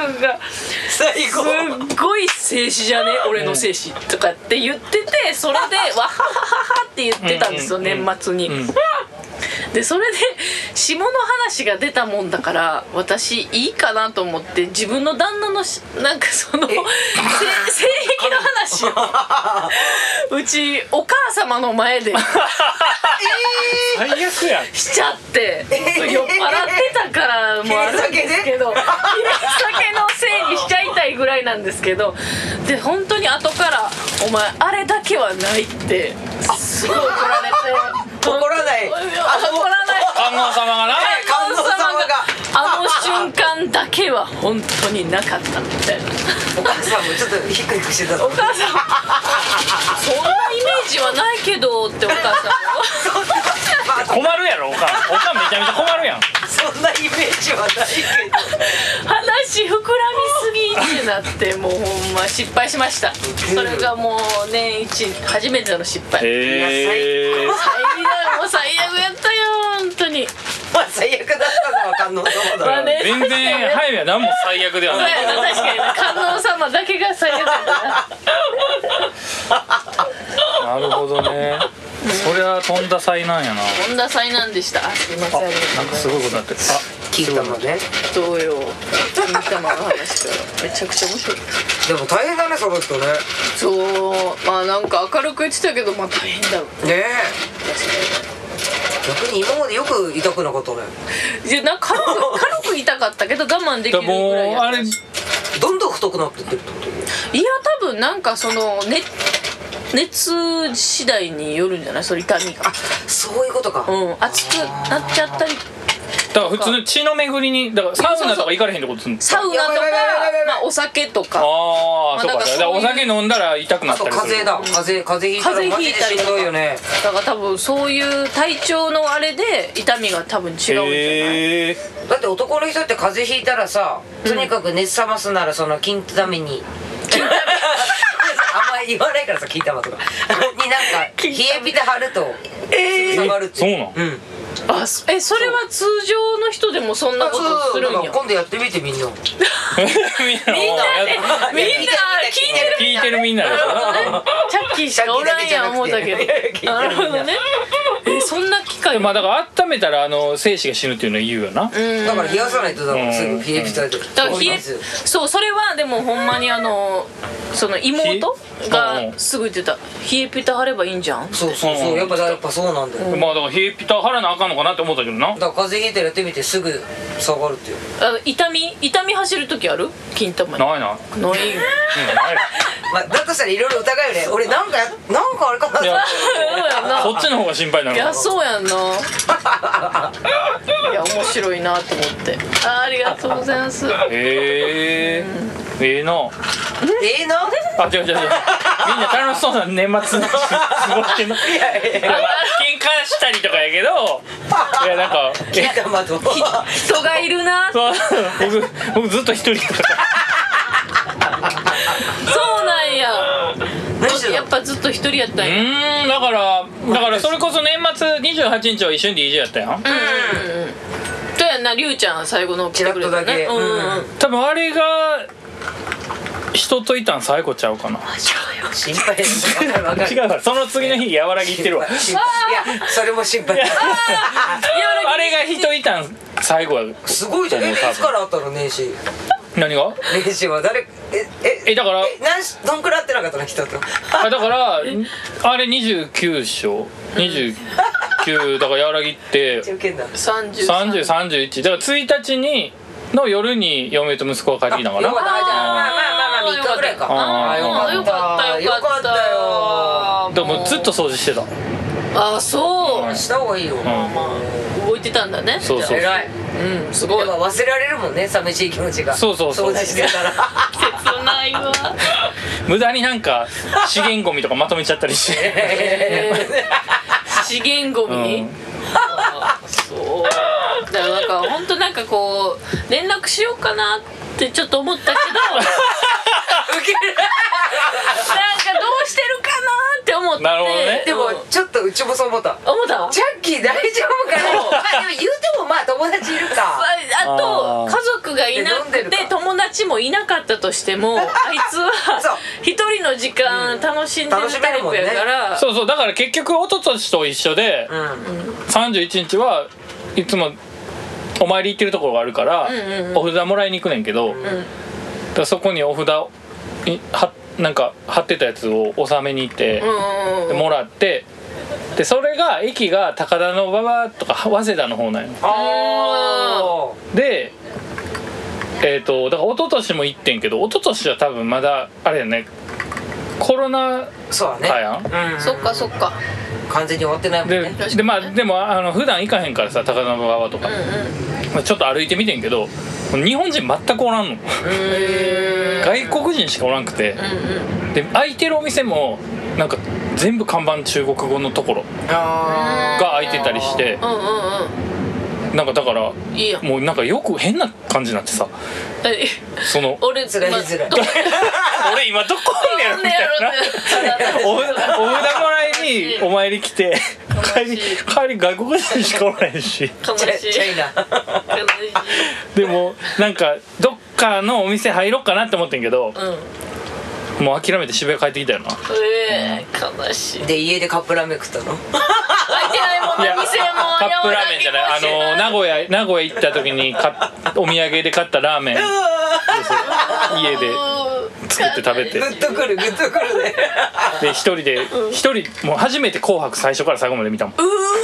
君がすっごい静止じゃね俺の静止とかって言ってて、それでわははははって言ってたんですよ、年末に。でそれで下の話が出たもんだから、私いいかなと思って自分の旦那のなんかその性癖の話をうちお母様の前で最悪やんしちゃって、酔っ払ってたからもあるんですけど、酒のせいにしちゃいたいぐらいなんですけど、で本当に後から「お前あれだけはない」ってすごい怒られて。 怒らない、 怒らない観音様がな観音様があの瞬間だけは本当になかったみたいな。 お母さんもちょっとヒクヒクしてた。 お母さんそんなイメージはないけどってお母さん困るやろ、おかんおかんめちゃめちゃ困るやん。 そんなイメージはないけど話膨らみすぎってなって、もうほんま失敗しました。それがもう年一初めての失敗。 へー、 最悪もう最悪やったよ本当に。 まあ最悪だったのは観音様だ、 まあね、 全然早見は何も最悪ではない。 確かに観音様だけが最悪だったな。 なるほどね。そりゃとんだ災難やな。 とんだ災難でした。すいません。 なんかすごいことになってる。あ、 金玉ね。 どうよ。金玉の話からめちゃくちゃ面白い。 でも大変だね、その人ね。 そう、まあなんか明るく言ってたけど、まあ大変だろうねえ。逆に今までよく痛くなかったね。 いや、なんか軽く軽く痛かったけど我慢できるぐらいやった。 もうあれどんどん太くなってってるってこと？ いや多分なんかそのね。熱次第によるんじゃない？それ痛みが。 あ、そういうことか。 うん、熱くなっちゃったり。 だから普通の血の巡りに、だからサウナとか行かれへんってことするんですか？ サウナとか、まあお酒とか。 ああ、そうか。だからお酒飲んだら痛くなったりする。 風邪だ。風邪風邪ひいたらマジでしんどいよね。 だから多分そういう体調のあれで痛みが多分違うんじゃない？ へだって男の人って風邪ひいたらさ、とにかく熱冷ますならその金玉に。金玉。あんまり言わないからさ、金玉とかになんか冷えピタ貼るとすぐ下がるっていう。 そうなん？ うん。 あ、え、それは通常の人でもそんなことするんや。 今度やってみてみんな。みんなみんなみんな聞いてる聞いてるみんなでしょ。 チャッキーしかおらんやん思ったけど。なるほどね。え、そんな機会。 まあだから温めたらあの精子が死ぬっていうのは言うよな。 だから冷やさないとだからすぐ冷えピタで。 だから冷え、そう、それはでもほんまにあのその妹がすぐ言ってた。冷えピタ貼ればいいんじゃん。 そうそうそう、やっぱやっぱそうなんだよ。 まあだから冷えピタ貼らなあかんのかなって思ったけどな。 だから風邪ひいてやってみてすぐ下がるっていう。 あの痛み痛み走る時ある？金玉に。 ないな。 ない。ない。 まあだとしたらいろいろ疑うよね。俺なんかなんかあれかな。 いやそっちの方が心配なの。 いやそうやんな。いや面白いなと思って。あ、ありがとうございます。 へえ。ええな。 ええな。 あ、違う違う違う。みんな楽しそうな年末過ごしてんの。いやいや。喧嘩したりとかやけど。いやなんか。 金玉と。 人がいるな。 そう。僕僕ずっと一人やから。 そうなんや。やっぱずっと一人やったんや。 うん、だからだからそれこそ年末にじゅうはちにちは一緒に ディージェー やったやん。うん。 そうやんな、りゅうちゃん最後の来てくれたね。うん。 多分あれが人といたん最後ちゃうかな。 心配です。 違うわ。その次の日和らぎ行ってるわ。いやそれも心配。 あれが人いたん最後や。 すごいじゃん。いつからあったの年始。 何が？ 年始は誰えええだから何どんくらい会ってなかったの人と。 あだからあれにじゅうきゅうっしょ。にじゅうきゅうだから和らぎってさんじゅうさんじゅう、さんじゅういちだからついたちにの夜に嫁と息子が帰ってきたから。 よかった。じゃあまあまあまあまあみっかぐらいか。 ああよかったよかったよ。 でもずっと掃除してた。 あ、そう。 した方がいいよ。 動いてたんだね。 そうそう。 偉い。 うん、すごい。 忘れられるもんね、寂しい気持ちが。 そうそうそう。 掃除してたら。 切ないわ。 無駄になんか資源ゴミとかまとめちゃったりして。 資源ゴミ。そう。だからなんか本当なんかこう連絡しようかなってちょっと思ったけど。ウケる。なんかどうしてるかなって思っってなるほどねでもちょっとうちもそう思った思ったジャッキー大丈夫かなまあでも言うてもまあ友達いるかあと家族がいなくて友達もいなかったとしてもあいつは一人の時間楽しんでるタイプやから、 そうそうだから結局一昨年と一緒で、うん、さんじゅういちにちはいつもお参り行ってるところがあるから、うんうんうん、お札もらいに行くねんけど、うん、だそこにお札はなんか貼ってたやつを納めに行って、うんうん、でもらってでそれが駅が高田馬場とか早稲田の方なんよ。あでえっ、ー、とだから一昨年も行ってんけど一昨年は多分まだあれやねコロナ禍やん、 うんうん、そっかそっか完全に終わってないもんね。 で, でまあでもあの普段行かへんからさ高田馬場とか、うんうん、ちょっと歩いてみてんけど日本人全くおらんの。外国人しかおらんくて、うんうん、で空いてるお店もなんか全部看板中国語のところが空いてたりして、うんうんうん、なんかだからいいもうなんかよく変な感じになってさその俺つらいづらい俺今どこにやるみたいなお札もらいにお参り来て帰り帰り外国人しかおらへんし悲しいでもなんかどっかのお店入ろうかなって思ってんけど、うん、もう諦めて渋谷帰ってきたよな。 えー、悲しい。 で家でカップラーメン食ったの？ 開いてないもんね店も。 カップラーメンじゃないあの名古屋名古屋行った時にかお土産で買ったラーメン家で作って食べて。 グッとくるグッとくるね。 で一人で一人もう初めて紅白最初から最後まで見たもん。うー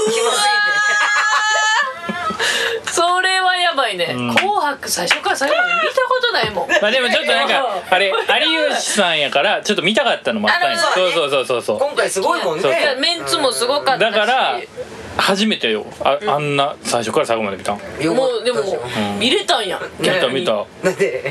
それはやばいね、うん、紅白最初から最後まで見たことないもん。 まあでもちょっとなんかあれ有吉さんやからちょっと見たかったのもあったんや。そうそうそうそうそう。 今回すごいもんね。 メンツもすごかったし。 だから初めてよ あ, あんな最初から最後まで見たん。もうでも、うん、見れたんや。 見た見た。 なんで？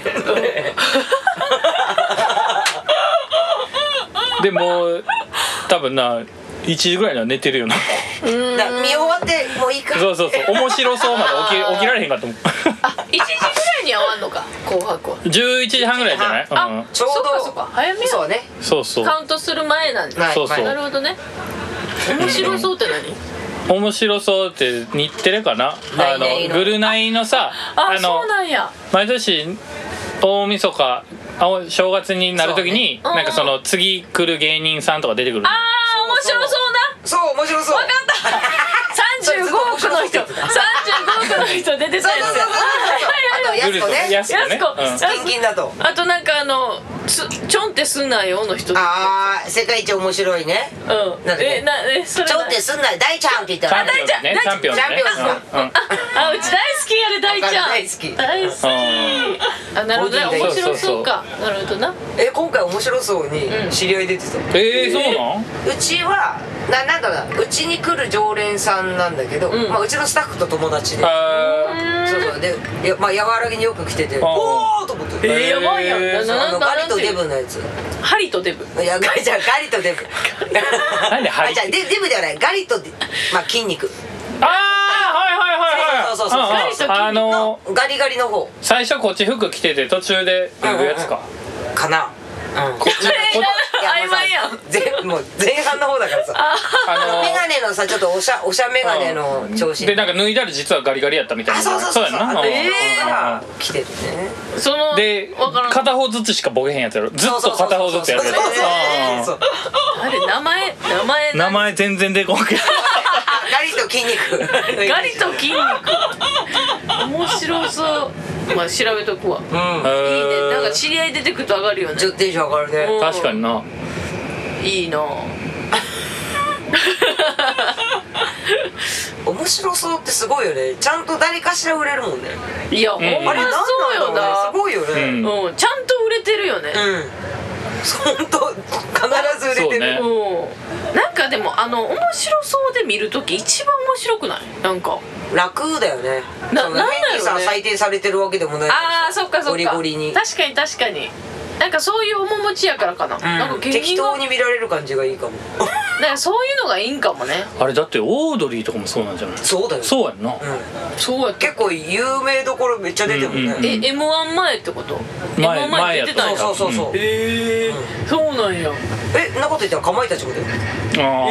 でも多分ないちじぐらいには寝てるよな。 うんだ見終わってもういいか。 そうそうそう面白そうまで起 き, 起きられへんかと思う。 あいちじぐらいには終わんのか紅白は。 じゅういちじはんぐらいじゃない？ あ、うん、ちょうど。 そうかそうか早めや。 そうね。 そうそう。 カウントする前なんで。 そうそう。 なるほどね。面白そうって何？面白そうって日テレかな。あのぐるナイのさああそうなんや。 毎年大晦日正月になるときになんかその次来る芸人さんとか出てくる。 ああ面白そうな。 そう面白そう。 分かった。さんじゅうごおくの人さんじゅうごおくの人出てたやつ。 あとやすこね。 やすこね。 キンキンだと。 あとなんかあのちょんってすんなよの人。 ああ世界一面白いね。 うん。えなえそれ。 ちょんってすんなよ大ちゃんって言ったら。 大ちゃんねチャンピオンね。 チャンピオンさん。 あうち大好きやれ大ちゃん。 大好き。 大好き。あなるほどね面白そうか。なるほどな。 え今回面白そうに知り合い出てた。 えそうなん？ うちはななんだろうなうちに来る常連さんなんだけど、まあうちのスタッフと友達で。そうそうでやまあ和らぎによく来てて。おおと思って。 えやばいやん。 なんかガリとデブのやつ。 ハリとデブ。 いやガリじゃガリとデブ。 なんでハリ？ じゃデデブではないガリとまあ筋肉。 ああはいはいはいはい。 そうそうそうそう。ガリと筋肉あのガリガリの方。 最初こっち服着てて途中で脱ぐやつか。 かな。 こっちこ曖昧やん。 前もう前半の方だからさ。あのメガネのさちょっとおしゃおしゃメガネの調子。 でなんか脱いだら実はガリガリやったみたいな。 あそうそうそう。 そうやな。 ええ来てるね。 そので片方ずつしかボケへんやつやろ。ずっと片方ずつやるやつ。 あれ名前名前名前全然出こんけど。 ガリと筋肉。 ガリと筋肉。面白そう。まあ調べとくわ。うん。いいね。なんか知り合い出てくると上がるよね。 ちょっとテンション上がるね。 確かにな。 いいな。 面白そうってすごいよね。ちゃんと誰かしら売れるもんね。 いや、ほんまそうよな。 すごいよね。 うん。ちゃんと売れてるよね。 うん。本当必ず売れてる。 なんかでもあの面白そうで見るとき一番面白くない？なんか楽だよね。 な、なんだろうね。 変にさ採点されてるわけでもない。 ああ、そっかそっか。 ゴリゴリに。 確かに確かに。なんかそういう面持ちやからかな。なんか適当に見られる感じがいいかも。 なんかそういうのがいいんかもね。 あれだってオードリーとかもそうなんじゃない？ そうだよ。 そうやんな。 そうや。 結構有名どころめっちゃ出てるもんね。 え、エムワン 前ってこと？ 前前やった。 そうそうそう。 へえ、そうなんや。 えんなこと言ったらかまいたちもだよ。 ああ、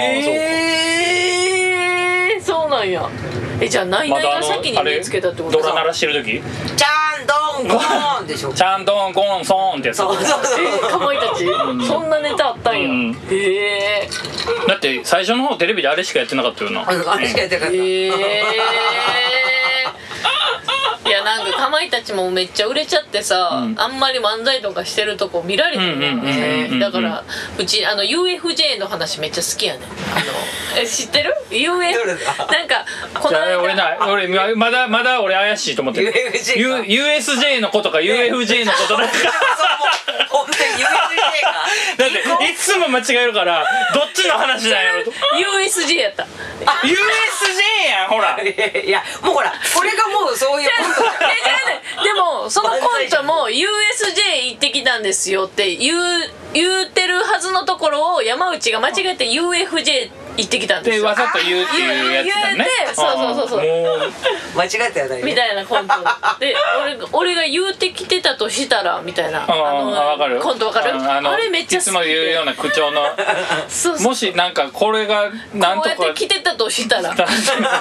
えー、そうなんや。え、じゃあナイナイが先に見つけたってこと？ ドラ鳴らしてる時ちゃんどんゴーンでしょ。 ちゃんどんゴンソーンってやつ。 そうそうそう。 え、かまいたち、そんなネタあったんや。 うんへえだって最初の方テレビであれしかやってなかったよな。 あれしかやってなかった。 へえいや、なんかかまいたちもめっちゃ売れちゃってさ、うん、あんまり漫才とかしてるとこ見られてるね。だからうちあの ユーエフジェー の話めっちゃ好きやねん。あのえ知ってる ユーエフ なんかこの間俺な俺まだまだ俺怪しいと思ってる。 ユーエスジェー の子とか ユーエフジェー の子とか本当に ユーエスジェーがだっていつも間違えるからどっちの話なんやろと。 ユーエスジェー やった。 ユーエスジェー やんほら。 いやもうほらこれがもうそういうコントじゃん。 でもそのコントも ユーエスジェー 行ってきたんですよって言う言うてるはずのところを山内が間違えて ユーエフジェー 行ってきたんですよ。 でわざと言うっていうやつだね。 そうそうそうそう。 間違えたよね。 みたいなコントで俺俺が言うてきてたとしたらみたいな。 あのかるコントわかる？あれめっちゃ好きで。いつも言うような口調の。そうそうもしなんかこれがなんとかこうやって来てたとしたらやってこられ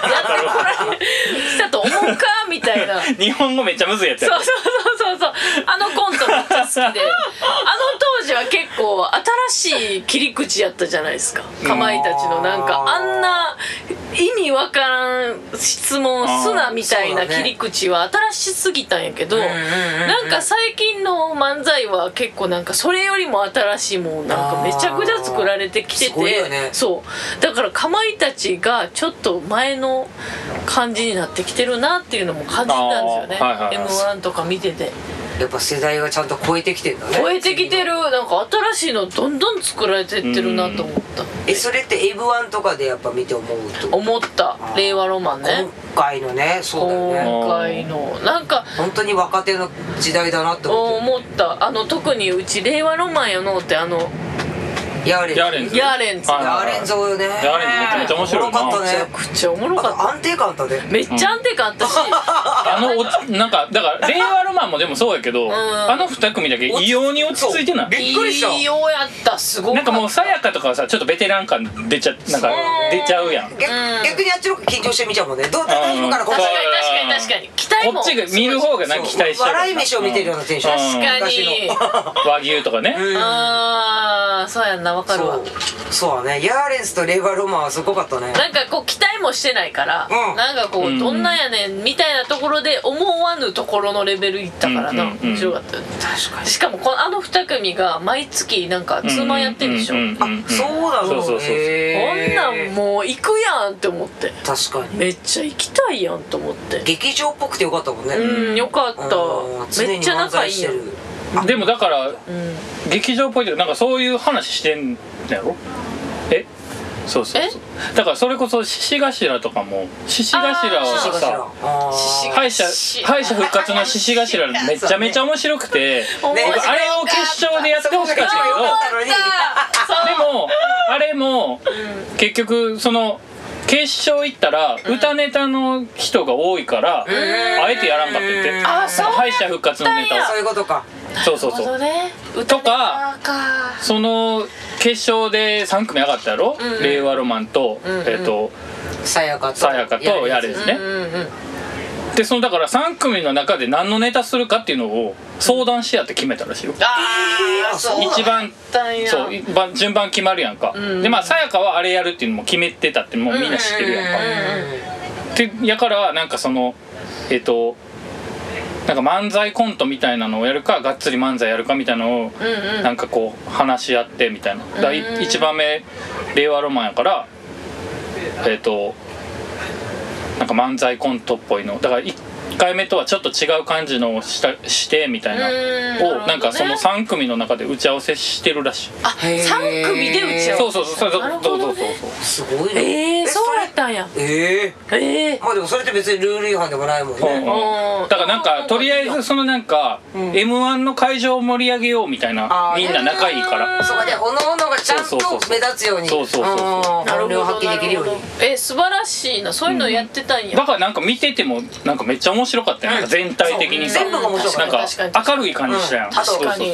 したと思うかみたいな。 日本語めっちゃむずいやつや。 そうそうそうそうそう。あのコントめっちゃ好きで、あの当時は結構新しい切り口やったじゃないですか。かまいたちのなんかあんな意味わからん質問すなみたいな切り口は新しすぎたんやけど、なんか最近の漫才は結構なんかそれよりも新しいもんなんかめちゃくちゃ作られてきてて、ね、そうだからかまいたちがちょっと前の感じになってきてるなっていうのも感じたんですよね。はいはいはい、エムワン とか見てて。 やっぱ世代がちゃんと超えてきてるんだね。 超えてきてる。なんか新しいのどんどん作られてってるなと思った。 えそれって エムワン とかでやっぱ見て思うと思った。令和ロマンね。 今回のね、そうだよね。 今回のなんか本当に若手の時代だなって思って。 思った。あの特にうち令和ロマンやのってあのヤーレンズ。 ヤーレンズ。 ヤーレンズよね。 ヤーレンズめっちゃ面白いな。 めちゃくちゃおもろかった。 安定感あったね。 めっちゃ安定感あったし、 あのなんかだから令和ロマンもでもそうやけど、あの二組だけ異様に落ち着いてない。 びっくりした。 異様やった。すごい。 なんかもうさやかとかはさちょっとベテラン感出ちゃなんか出ちゃうやん。 逆にあっちの緊張して見ちゃうもんね。どう大丈夫かなこっち。 確かに確かに期待も。 こっちが見る方がなんか期待しちゃう。 笑い飯を見てるようなテンション。 確かに。 和牛とかね。 ああそうやんなわかるわ。 そうだね。ヤーレンズと令和ロマンはすごかったね。 なんかこう期待もしてないから、うん、なんかこう、うん、どんなんやねんみたいなところで思わぬところのレベルいったからな、うんうんうん、面白かった。確かに。しかもこのあの二組が毎月なんかツーマンやってるでしょ。あ、 そうだろう。 そうそうそう。 こんなんもう行くやんって思って。 確かに。 めっちゃ行きたいやんと思って。 劇場っぽくてよかったもんね。 うん、よかった。めっちゃ仲いいやん。 でもだから、うん、劇場っぽいけどなんかそういう話してんだろ。えそうそうそう。だからそれこそ獅子頭とかも獅子頭はさ敗者敗者復活の獅子頭めちゃめちゃ面白くて、僕あれを決勝でやってほしかったけど、でもあれも結局その決勝行ったら歌ネタの人が多いからあえてやらんかったって。敗者復活のネタを。 そういうことか。 そうそうそう。とかその決勝でさん組上がったやろ、うん、令和ロマンと、うんうん、えっとさやかとやれですね、うんうんうん、でそのだからさん組の中で何のネタするかっていうのを相談し合って決めたらしいよ。 あそう一番そう順番決まるやんか、うんうん、でまあさやかはあれやるっていうのも決めてたってもうみんな知ってるやんか、うんうんうん、でやからなんかそのえっとなんか漫才コントみたいなのをやるかがっつり漫才やるかみたいなのをなんかこう話し合ってみたいな。だからいちばんめ令和ロマンやからえっとなんか漫才コントっぽいのだからいっかいめとはちょっと違う感じのをしたしてみたいなをなんかそのさん組の中で打ち合わせしてるらしい。 あ、さん組で打ち合わせ。 そうそうそうそうそうそうそう。 すごいね。 ええそうやったんや。 ええええ。まあでもそれって別にルール違反でもないもんね。 だからなんかとりあえずそのなんか エムワン の会場を盛り上げようみたいな、みんな仲いいから。 そこでおのおのがちゃんと目立つように。 そうそうそうそう。 本領発揮できるように。 え素晴らしいな。そういうのやってたんや。 だからなんか見ててもなんかめっちゃ面白かったよ。全体的にさ、 全部が面白かった。 なんか明るい感じしたやん。 確かに。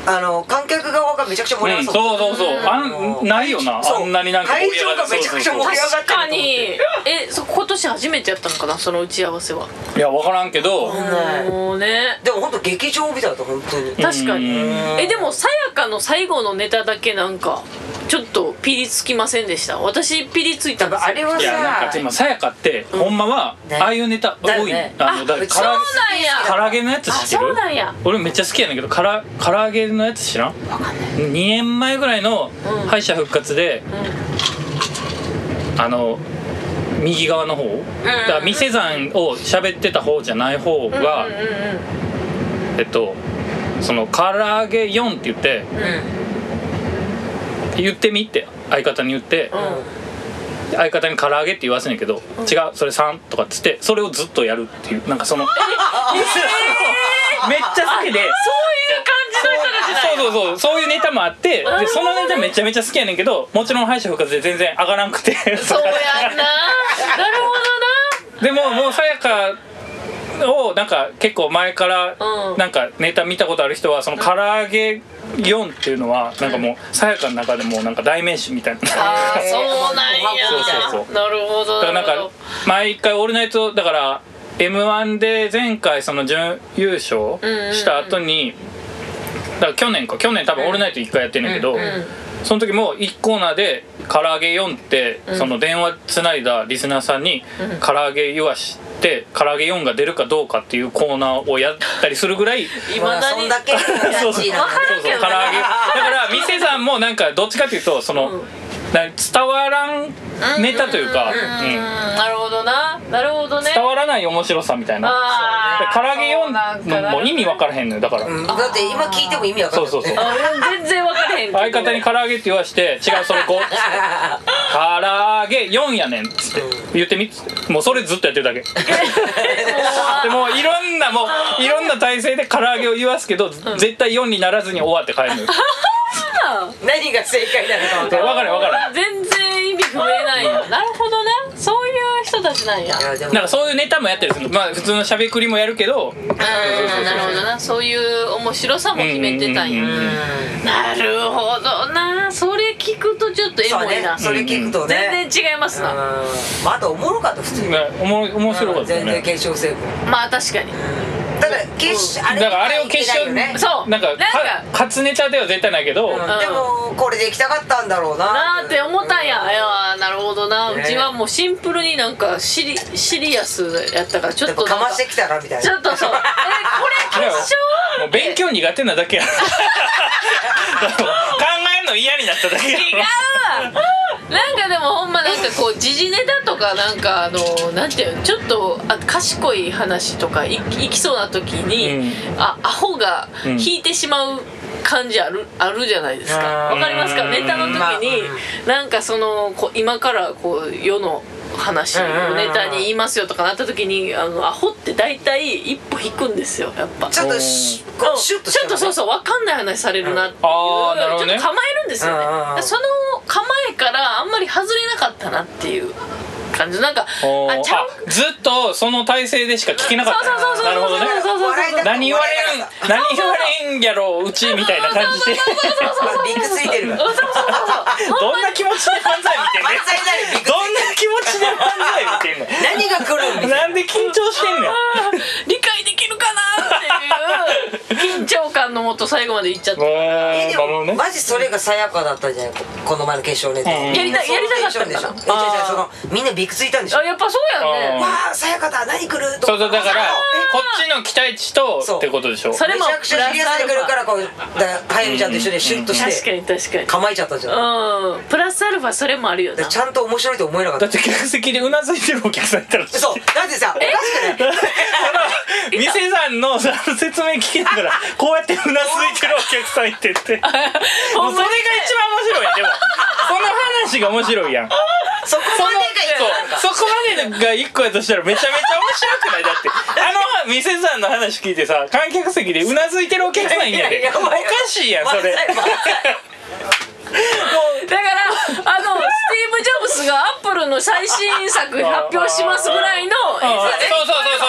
あの観客側がめちゃくちゃ盛り上がった、 うん、そうそうそう、あんないよな、あんなになんか会場がめちゃくちゃ盛り上がった。 確かにえそ今年初めてやったのかな、その打ち合わせは。 いや分からんけど、 もうね、 でも本当劇場みたいだった本当に。 確かに。えでもさやかの最後のネタだけなんかちょっとピリつきませんでした？私ピリついたんですよ。 あれはさ、 いやなんか今さやかって、うん、ほんまはああいうネタ多い、ね、あのだからそうなんや。 唐揚げのやつ知ってる？ そうなんや。 俺めっちゃ好きやねんけど、から唐揚げのやつ知らん？ わかんない。 にねんまえぐらいの敗者復活で、うん、あの右側の方、うん、だから店山を喋ってた方じゃない方が、うんうんうんうん、えっとその唐揚げよんって言って、うん、言ってみって相方に言って、うん、相方に唐揚げって言わせねんけど、うん、違うそれさんとかっつってそれをずっとやるっていうなんかそのめっちゃ好きで、そういう感じの人たちなんや。 そうそうそうそういうネタもあって、でそのネタめちゃめちゃ好きやねんけど、もちろん敗者復活で全然上がらんくてそうやんな。なるほどな。 でももうさやかをなんか結構前からなんかネタ見たことある人はその唐揚げよんっていうのはなんかもうさやかの中でもなんか代名詞みたいな。 ああそうなんや。 そうそうそう。 なるほど。 だからなんか毎回オールナイトだから エムワン で前回その準優勝した後に、だから去年か去年多分オールナイトいっかいやってんねんけど、その時もいちコーナーで唐揚げよんってその電話つないだリスナーさんに唐揚げ言わして唐揚げよんが出るかどうかっていうコーナーをやったりするぐらい今だにそんだけキャッチーなそうそう唐揚げだから店さんもなんかどっちかっていうとその、うん、伝わらんネタというか、 なるほどな、なるほどね、 伝わらない面白さみたいな。唐揚げよんのも意味分からへんのよだから、 うん、だって今聞いても意味分からへん。 そうそうそう全然分からへん。 相方に唐揚げって言わして違うそれご唐揚げよんやねんっつって言ってみっつってもうそれずっとやってるだけでもいろんなもういろんな体勢で唐揚げを言わすけど、うん、絶対よんにならずに終わって帰るのよ何が正解なのか分から分からん分からん全然意味不明なんや。なるほどね、そういう人たちなんや。 なんかそういうネタもやったりする。まあ普通のしゃべくりもやるけど、うん、なるほどな、そういう面白さも決めてたんや。なるほどな、それ聞くとちょっとエモいな。 それ聞くとね全然違いますな。 まああとおもろかった普通に、 ね、おも面白かったね。 全然決勝成功。 まあ確かに。 ただ決勝、 だからあれを決勝ね、 そうなんか勝つネタでは絶対ないけど、 うん、でもこれで行きたかったんだろうななーって思ったんや。いやなるほどな、ね、うちはもうシンプルになんかシリシリアスやったからちょっとかましてきたらみたいな。 ちょっとそうえこれ決勝もう勉強苦手なだけや考えるの嫌になっただけや。 違うわなんかでもほんまなんかこう時事ネタとかなんかあのなんていうのちょっとあ賢い話とかい, いきそうな時に、うん、あアホが引いてしまう感じあるあるじゃないですか。わかりますか？ネタの時になんかそのこう今からこう世の話をネタに言いますよとかなった時にあのアホって大体一歩引くんですよやっぱ。 ちょっとシュッシュッとちょっとそうそう分かんない話されるなっていう、 うんね、 ちょっと構えるんですよね。その構えからあんまり外れなかったなっていう感じ。なんかあちゃんずっとその体勢でしか聞けなかった。 そうそうそうそうなるほどね。何言われるん何言われんやろうちみたいな感じでビクついてるわ。 どんな気持ちで漫才見てんねん。どんな気持ちで漫才見てんねん。 何が来るんなんで緊張してんねん。 理解できるかなっていう緊張感のもと最後までいっちゃって。 えでもマジそれがさやかだったじゃないこの前の決勝ネタ。 やりたやりたかったんでしょ。 そのみんなビクついたんでしょ。 あやっぱそうやんね。 わあさやかだ何来るとか。 そうそうだからこっちの期待値とってことでしょ。 それもめちゃくちゃシリアスで来るからこうはやみちゃんと一緒でシュッとして確かに確かに構えちゃったじゃん。 うんプラスアルファそれもあるよな。 ちゃんと面白いと思えなかった。 だって客席でうなずいてるお客さんいたらそうだってさおかしくない店さんの説明聞けたからこうやってうなずいてるお客さんいてってもうそれが一番面白いやん。でもこの話が面白いやん。 そこまでがそこまでが一個やとしたらめちゃめちゃ面白くない？だってあの店さんの話聞いてさ観客席でうなずいてるお客さんいんやでおかしいやんそれ。 だからあのスティーブ・ジョブスがアップルの最新作発表しますぐらいのそうそうそうそうそう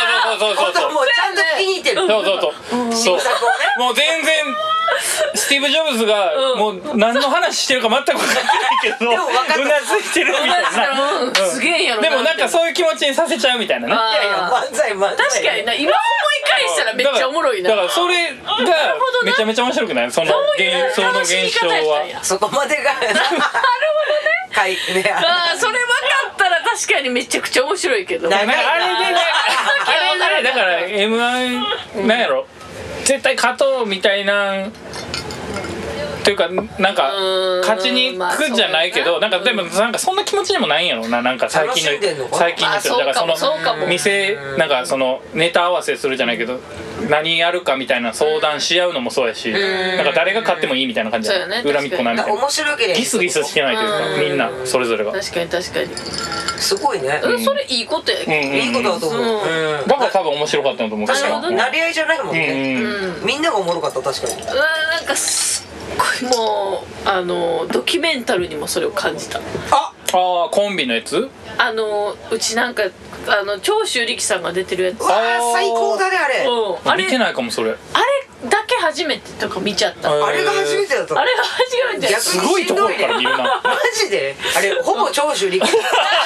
そうそうそうもうちゃんと聞きに行ってる。 そうそうそうそうもう全然スティーブ・ジョブズがもう何の話してるか全く分からないけどうなずいてるみたいなすげえやろでもなんかそういう気持ちにさせちゃうみたいなね。 いやいや漫才漫才確かにな今思い返したらめっちゃおもろいな。 だからそれがめちゃめちゃ面白くないその現その現象はそこまでがなるほどねはいねあそれ分かったら確かにめちゃくちゃ面白いけど長いなあれであれでだから エムワン なんやろ絶対勝とうみたいなというかなんか勝ちに行くんじゃないけどなんかでもなんかそんな気持ちにもないんやろななんか最近の最近の人だからその店なんかそのネタ合わせするじゃないけど何やるかみたいな相談し合うのもそうやしなんか誰が勝ってもいいみたいな感じで恨みっこないみたいな面白ければギスギスしてないというかみんなそれぞれが確かに確かにすごいねそれいいことやいいことだと思うだから多分面白かったと思う確かになり合いじゃないもんねみんながおもろかった確かにうわなんかすっごいもうあのドキュメンタルにもそれを感じたああコンビのやつあのうちなんかあの長州力さんが出てるやつうわー最高だねあれうんあれ見てないかもそれあれだけ初めてとか見ちゃったああれが初めてだとあれが初めて逆すごいところから見るなマジであれほぼ長州力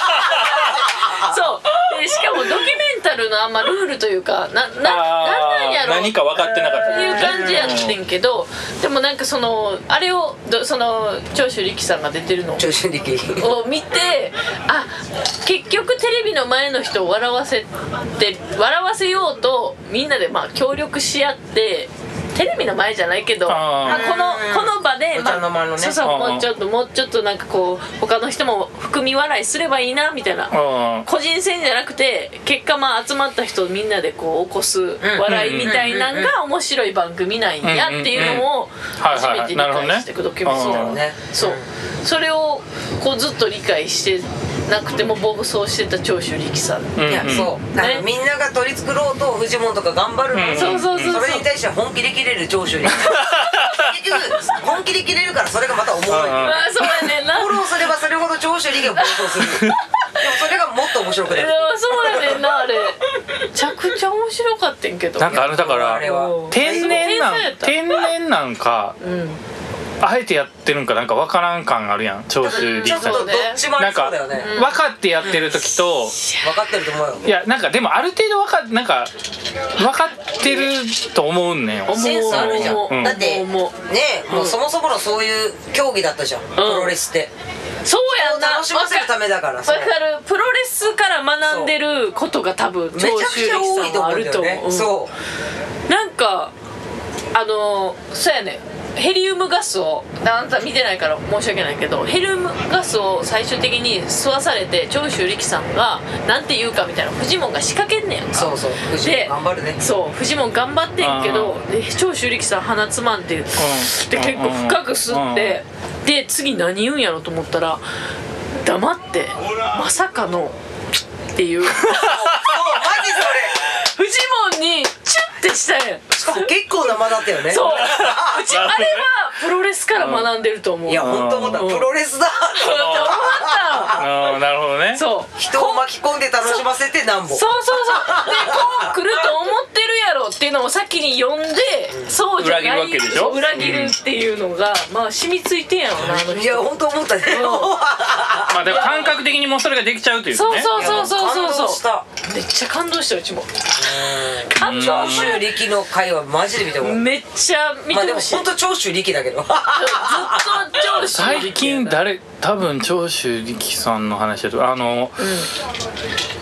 そうでしかもドキュメンタルのあんまルールというかなななんなんやろ何か分かってなかったっていう感じやってんけどでもなんかそのあれをどその長州力さんが出てるの長州力を見てあ結局テレビの前の人を笑わせて笑わせようとみんなでまあ協力し合ってテレビの前じゃないけどああこのこの場で、 お茶の間のねそうそうもうちょっともうちょっとなんかこう他の人も含み笑いすればいいなみたいな個人戦じゃなくて結果まあ集まった人をみんなでこう起こす笑いみたいなのが面白い番組なんやっていうのを初めて理解していくドキュメンタリーねそうそれをこうずっと理解してなくても暴走してた長州力さんいやそうあのみんなが取り繕ろうとフジモンとか頑張るのにそうそうそうそれに対して本気で切れる長州力結局本気で切れるからそれがまたおもろいあそうやねんなフォローすればそれほど長州力が暴走するでもそれがもっと面白くなるそうやねんなあれめちゃくちゃ面白かったんけどなんかあれだからあれは天然なん天然なんかうんあえてやってるんかなんか分からん感あるやん長州力さんちょっとどっちもありそうだよね分かってやってる時と分かってると思うよいやなんかでもある程度分かなんか分かってると思うねんよセンスあるじゃん、 うんだってねもうそもそものそういう競技だったじゃん、プロレスってそうやんな楽しませるためだからわかるプロレスから学んでることが多分めちゃくちゃ多いと思うんだよねそうなんかあのそうやねヘリウムガスをあなた見てないから申し訳ないけどヘリウムガスを最終的に吸わされて長州力さんがなんて言うかみたいなフジモンが仕掛けんねやんかそうそうフジモン頑張るねそうフジモン頑張ってんけどで長州力さん鼻つまんで、うん、で結構深く吸って、うん、で次何言うんやろと思ったら黙ってまさかのっていうそうマジそれフジモンにチュッてしたやんしかも結構生だったよねそううちあれはプロレスから学んでると思ういや本当思ったプロレスだって思ったあなるほどねそう人を巻き込んで楽しませてなんぼそうそうそうでこう来ると思ってるやろっていうのを先に読んでそうじゃない裏切るわけでしょ裏切るっていうのがまあ染みついてんやろなあの人いや本当思ったねまあでも感覚的にもそれができちゃうというかねそうそうそうそうそうそうめっちゃ感動したうちも感動長州力の回はマジで見てもらうめっちゃ見まあでもてほしい本当長州力だけどずっと長州力最近誰多分長州力さんの話だとあの、うん、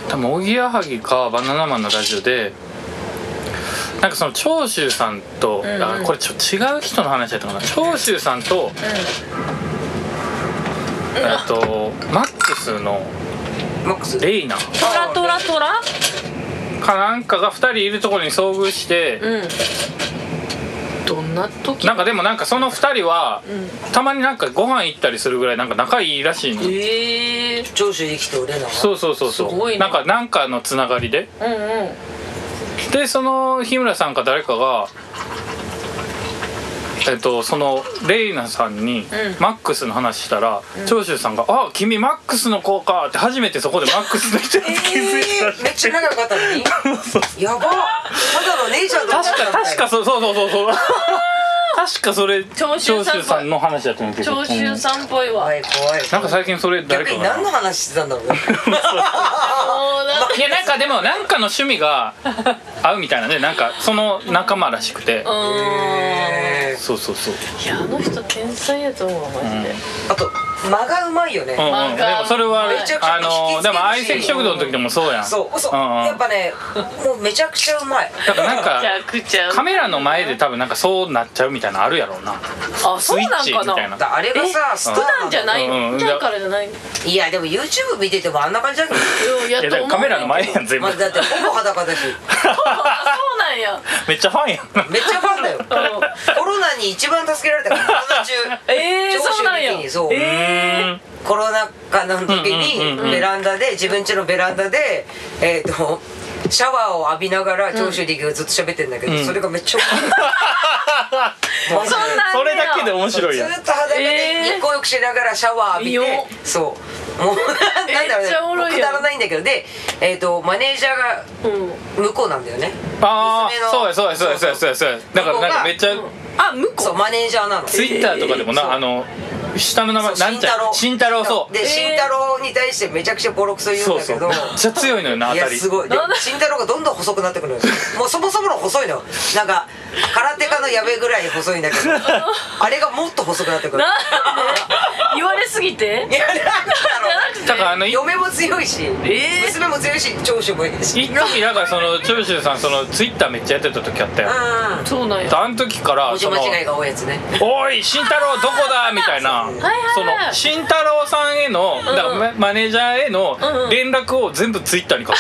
多分おぎやはぎかバナナマンのラジオでなんかその長州さんと、うんうん、あこれちょっと違う人の話だったかな長州さんと、うん、えっとマックスのマックスレイナトラトラトラかなんかがふたりいるところに遭遇して、うんどんな時なんかでもなんかそのふたりは、うん、たまになんかご飯行ったりするぐらいなんか仲いいらしいの。 へえー、 長州力とレナはそうそうそうそう、 すごいね、 なんかなんかのつながりで、 うんうん、 でその日村さんか誰かがえっとそのレイナさんにマックスの話したら、うん、長州さんが「あ、君マックスの子か」って初めてそこでマックスの人に気づいた、 えー、めっちゃ仲良かったのにやば、ただの姉ちゃんだった確か確かそうそうそうそうそう確かそれ長州さんの話だと思うけど、 長州さんっぽいわ。 怖い怖い。 なんか最近それ誰か逆に何の話してたんだろうねいやなんかでもなんかの趣味が合うみたいなね、なんかその仲間らしくて、 へーそうそうそう。 いやあの人天才やと思うマジで、うん、 あと間がうまいよね、 うんうん、でもそれはめちゃくちゃあのでも相席食堂の時でもそうやん、 そうそう、うんうん、やっぱねもうめちゃくちゃうまい。 だからなんかカメラの前で多分なんかそうなっちゃうみたいなのあるやろうな。 あ、そうなんかな。 スイッチみたいな。 あれがさスター普段じゃない、 うんうん、 普段からじゃない。 いやでも YouTube 見ててもあんな感じだけどいやだからカメラの前やん全部、 まあ、だってほぼ裸だしそうなんやめっちゃファンやんめっちゃファンだよコロナに一番助けられたからコロナ中えー、そうなんや。 そう、 えー、コロナ禍の時にベランダで自分家のベランダでえっ、ー、とシャワーを浴びながら長州力がずっと喋ってんだけど、うん、それがめっちゃ面白いそれだけで面白いやん。 ずっと裸で日光浴しながらシャワー浴びて、えー、そうもうなんだろうね、くだらないんだけど、で、えー、とマネージャーが向こうなんだよね、 うん、ああそうやそうやそうやそうやそうやそうやだからなんかめっちゃ、うん、 あ向こうそうマネージャーなの。 ツイッターとかでもな、えー、あの下の名前なんちゃう慎太郎、そうで慎太郎に対してめちゃくちゃボロクソ言うんだけど、そうそうめっちゃ強いのよな、当たり。 いやすごい。で慎太郎がどんどん細くなってくるんですよもうそもそもの細いのなんか空手家の矢部ぐらい細いんだけどあれがもっと細くなってくる言われすぎて。 いやなんだろう、 だからあの嫁も強いし、えー、娘も強いし長州もいいし、 一時だからその長州さんそのツイッターめっちゃやってた時あったよ。 うん、そうなんや。 あの時から文字間違いが多いやつね、 おい慎太郎どこだみたいなその慎太郎さんへの、うん、だからマネージャーへの連絡を全部ツイッターに書く。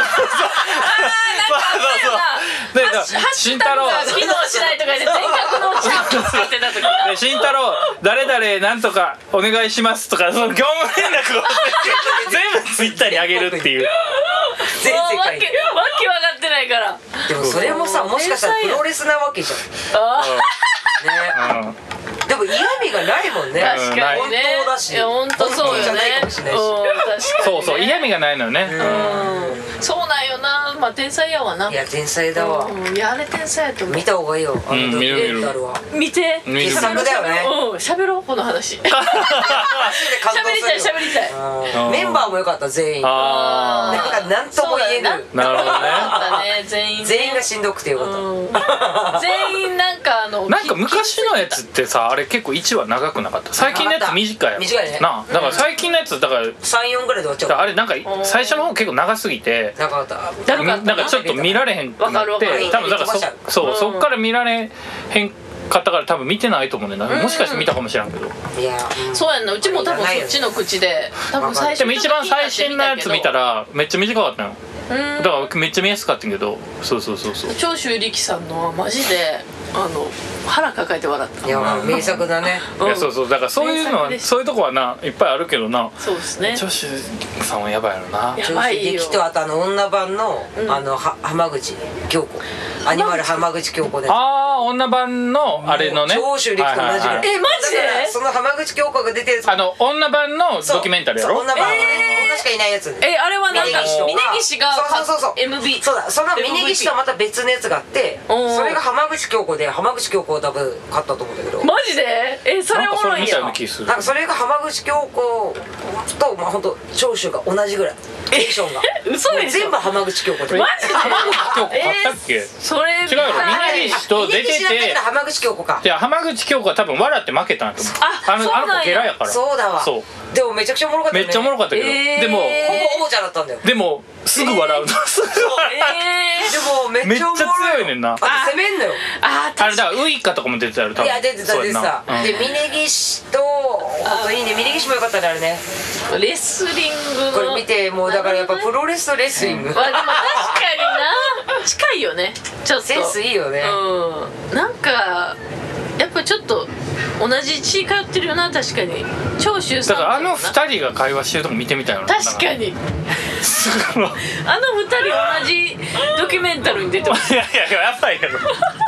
で慎太郎機能しないとかで全角のチャート使ってた時で慎太郎誰々なんとかお願いしますとかその業務連絡を全部ツイッターに上げるっていう全世界わけわけ分かってないから。 でもそれもさもしかしたらプロレスなわけじゃんね、うん、でも嫌味がないもんね。 確かにね。 本当だし、 いや本当そうよね。 そうそう嫌味がないのよね。 うん、そうなんよな。まあ天才やわな。 いや天才だわ。 うん、いやあれ天才やと思う。 見た方がいいよ。あのドキュメンタルは。 見て。 傑作だよね。 うん、喋ろうこの話。喋りたい喋りたい。 メンバーも良かった全員。なんかなんとも言えぬ。 なるほどね。 全員全員がしんどくてよかった。 全員なんかあのなんか昔のやつってさあれ結構いちわ長くなかった。最近のやつ短いやろ。 短いね。 なだから最近のやつだからさん、よんぐらいで終わっちゃう。 あれなんか最初の方結構長すぎて長かった。 なんかちょっと見られへんくなって多分だからそそうそっから見られへんかったから多分見てないと思うねんな。もしかして見たかもしれんけど。 いやそうやんな。うちも多分そっちの口で多分最初でも一番最新のやつ見たらめっちゃ短かったよ。だからめっちゃ見やすかったんけど、そうそうそうそう。 長州力さんのはマジであの腹抱えて笑った。 いや名作だね。 いやそうそうだからそういうのはそういうとこはないっぱいあるけどな。 そうですね。 長州さんはやばいやろな。 やばいよ。 長州力とあとあの女版のあの浜口京子、アニマル浜口京子で。 ああ女版のあれのね。 長州力と同じぐらい。 えマジで？ その浜口京子が出てる。 あの女版のドキュメンタリーやろ。 女版のね女しかいないやつ。 えあれはなんか峯岸がそうそうそうエムブイそうだその峯岸とはまた別のやつがあってそれが浜口京子で浜口京子を多分買ったと思うんだけど。 マジで？えそれおもろいやん。 なんかそれが浜口京子とまあ本当長州が同じぐらいテンションが嘘でしょ。 全部浜口京子で。 マジで？ 浜口京子買ったっけ？ それ違うよ峯岸と出てて浜口京子か。 いや浜口京子は多分笑って負けたんと思う。 ああのあの子ゲラやから。 そうだわ。そうでもめちゃくちゃおもろかったよね。 めっちゃおもろかったけどでもほぼ王者だったんだよ。 でもすぐ笑うの。すぐ笑う。 でもめっちゃおもろい。 めっちゃ強いねんな。 あと攻めんのよ。 ああれだからウイカとかも出てたよ多分。 いや出てた出てた。で峯岸と本当いいね峯岸もよかったねあれね。 レスリングのこれ見てもうだからやっぱプロレスとレスリング。 まあでも確かにな近いよね。ちょっとセンスいいよね。 うんなんかやっぱちょっと同じ血通ってるよな確かに。長州さんだからあの二人が会話してるとこ見てみたいよな。 確かにあの二人同じドキュメンタルに出てます。 いやいややばいやろ。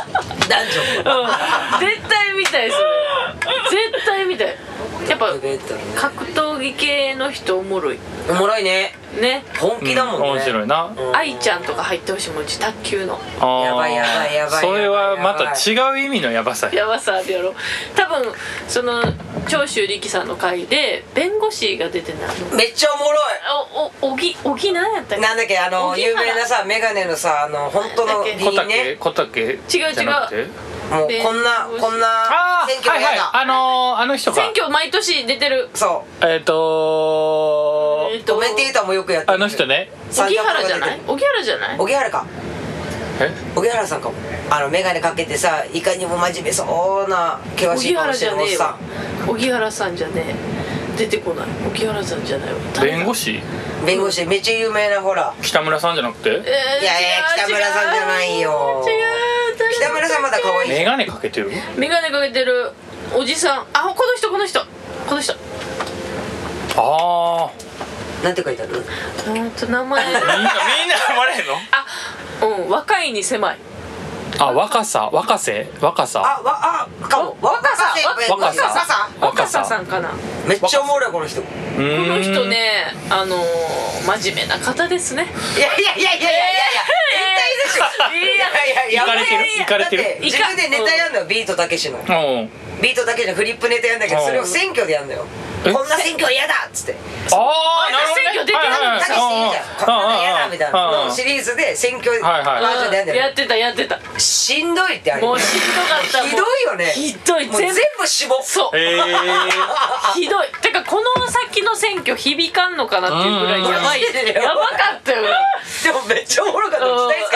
男女うん、絶対見たいそれ絶対見たい。やっぱ格闘技系の人おもろい。 おもろいね。 ね。 本気だもんね。 面白いな。 愛ちゃんとか入ってほしいもん、うち卓球の。 やばいやばいやばい。 それはまた違う意味のやばさ。 やばさあるやろ。多分その長州力さんの回で弁護士が出てない。 めっちゃおもろい。 おおおぎおぎなんやったっけ。 なんだっけあの有名なさメガネのさあの本当の議員ね。 小竹。違う違う違う。 もうこんなこんな選挙やだ。あのあの人か。 選挙毎年出てる。 そう。 えっとコメンテーターもよくやってる。 あの人ね。 荻原じゃない？荻原じゃない？ 荻原か。 え？ 荻原さんかも。あのメガネかけてさいかにも真面目そうな険しい顔してるおっさん。荻原さんじゃねえ。出てこない。荻原さんじゃないわ。 弁護士？ 弁護士めっちゃ有名なほら。 北村さんじゃなくて？いやいや北村さんじゃないよ。 違う。 北村さんまだ可愛い。 メガネかけてる？ メガネかけてるおじさん。あ、この人この人この人。 ああ。 なんて書いてある？ うんと名前。みんなみんな読まれへんの？ あ、うん、若いに狭い。 あ、若さ、若瀬、若さ。 あ、わ、あ、かも。若さ、 若さ、 若さ、 若ささんかな。 めっちゃおもろいこの人。この人ね、あの真面目な方ですね。 いやいやいやいやいやいや、変態でしょ。いやいや、 いかれてる、いかれてる。 自分でネタやんのよ、ビートたけしの。ビートたけしのフリップネタやんだけど、それを選挙でやんのよ。こんな選挙は嫌だっつって。 ああ、なるほど。 選挙出てたけしいいじゃん。こんなの嫌だみたいなのシリーズで選挙バージョンでやんだよ。 やってたやってた。 しんどいってあれ。 もうしんどかった。 ひどいよね。 ひどい。 全部しぼ。 そう。ひどい。てかこの先の選挙響かんのかなっていうぐらいやばい。やばかったよ。 でもめっちゃおもろかった。大好きだった。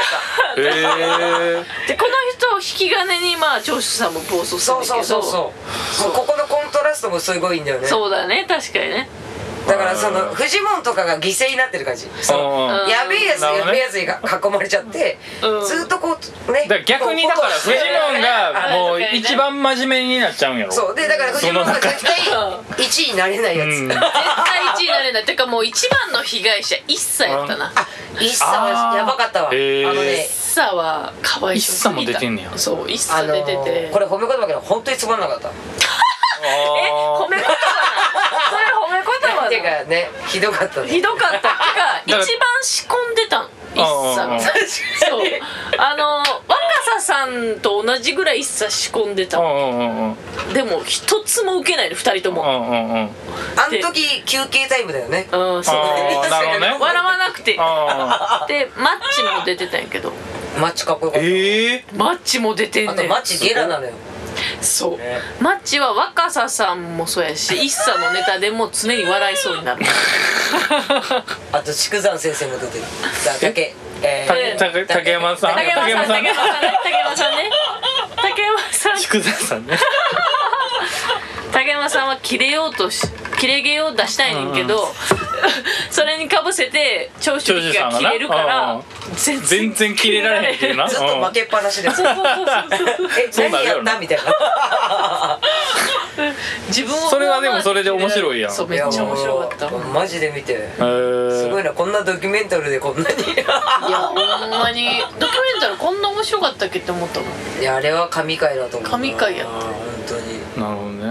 でこの人引き金にまあ長州さんも暴走するんだけど。 そうそうそうそう。ここのコントラストもすごいんだよね。 そうだね、確かにね。 だからそのフジモンとかが犠牲になってる感じ。そのやべえやつやべえやつに囲まれちゃってずっとこうね。 逆にだからフジモンがもう一番真面目になっちゃうんやろ。 そうでだからフジモンが絶対いちいになれないやつ。絶対いちいになれない。てかもう一番の被害者一茶やったな。 あ、一茶はやばかったわ。あのね、 一茶はかわいそうすぎた。 一茶も出てんねや。 そう、一茶出てて。 これ褒め言葉だけど本当につまんなかった。 え、褒め言葉なの？それ褒め言葉なの？ てかね、ひどかったね。 ひどかった。てか一番仕込んでたの。一茶が。そう。あの若狭さんと同じぐらい一茶仕込んでたの。でも一つも受けないの二人とも。 あん時休憩タイムだよね。 うん、そう。 なるほどね。 笑わなくて。でマッチも出てたんやけど。 マッチかっこよかった。 ええ。 マッチも出てんねん。 あとマッチゲラなのよ。 そう、ね、マッチは若狭さんもそうやし一茶のネタでも常に笑いそうになるあと筑山先生も出てる。だけえー、竹山さん竹山さん竹山さんね竹山さん筑山さんね竹山さんは切れようとし切れ毛を出したいねんけど、うん、それにかぶせて長州力が切れるから全然全然切れられへんっていうな。 ずっと負けっぱなしでえ何やったみたいな自分をそれはでもそれで面白いやん。 そうめっちゃ面白かった。 マジで見てすごいな。こんなドキュメンタルでこんなにいやほんまにドキュメンタルこんな面白かったっけって思ったもん。 いやあれは神回だと思う。 神回やった本当に。 なるほどね、うん、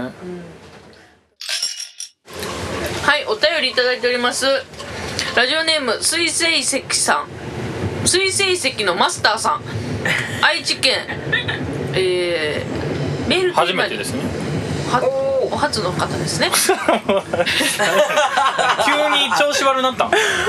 はい、お便りいただいております。ラジオネーム水星石さん、水星石のマスターさん愛知県、えー、メール初めてですね。 はお初の方ですね急に調子悪なったん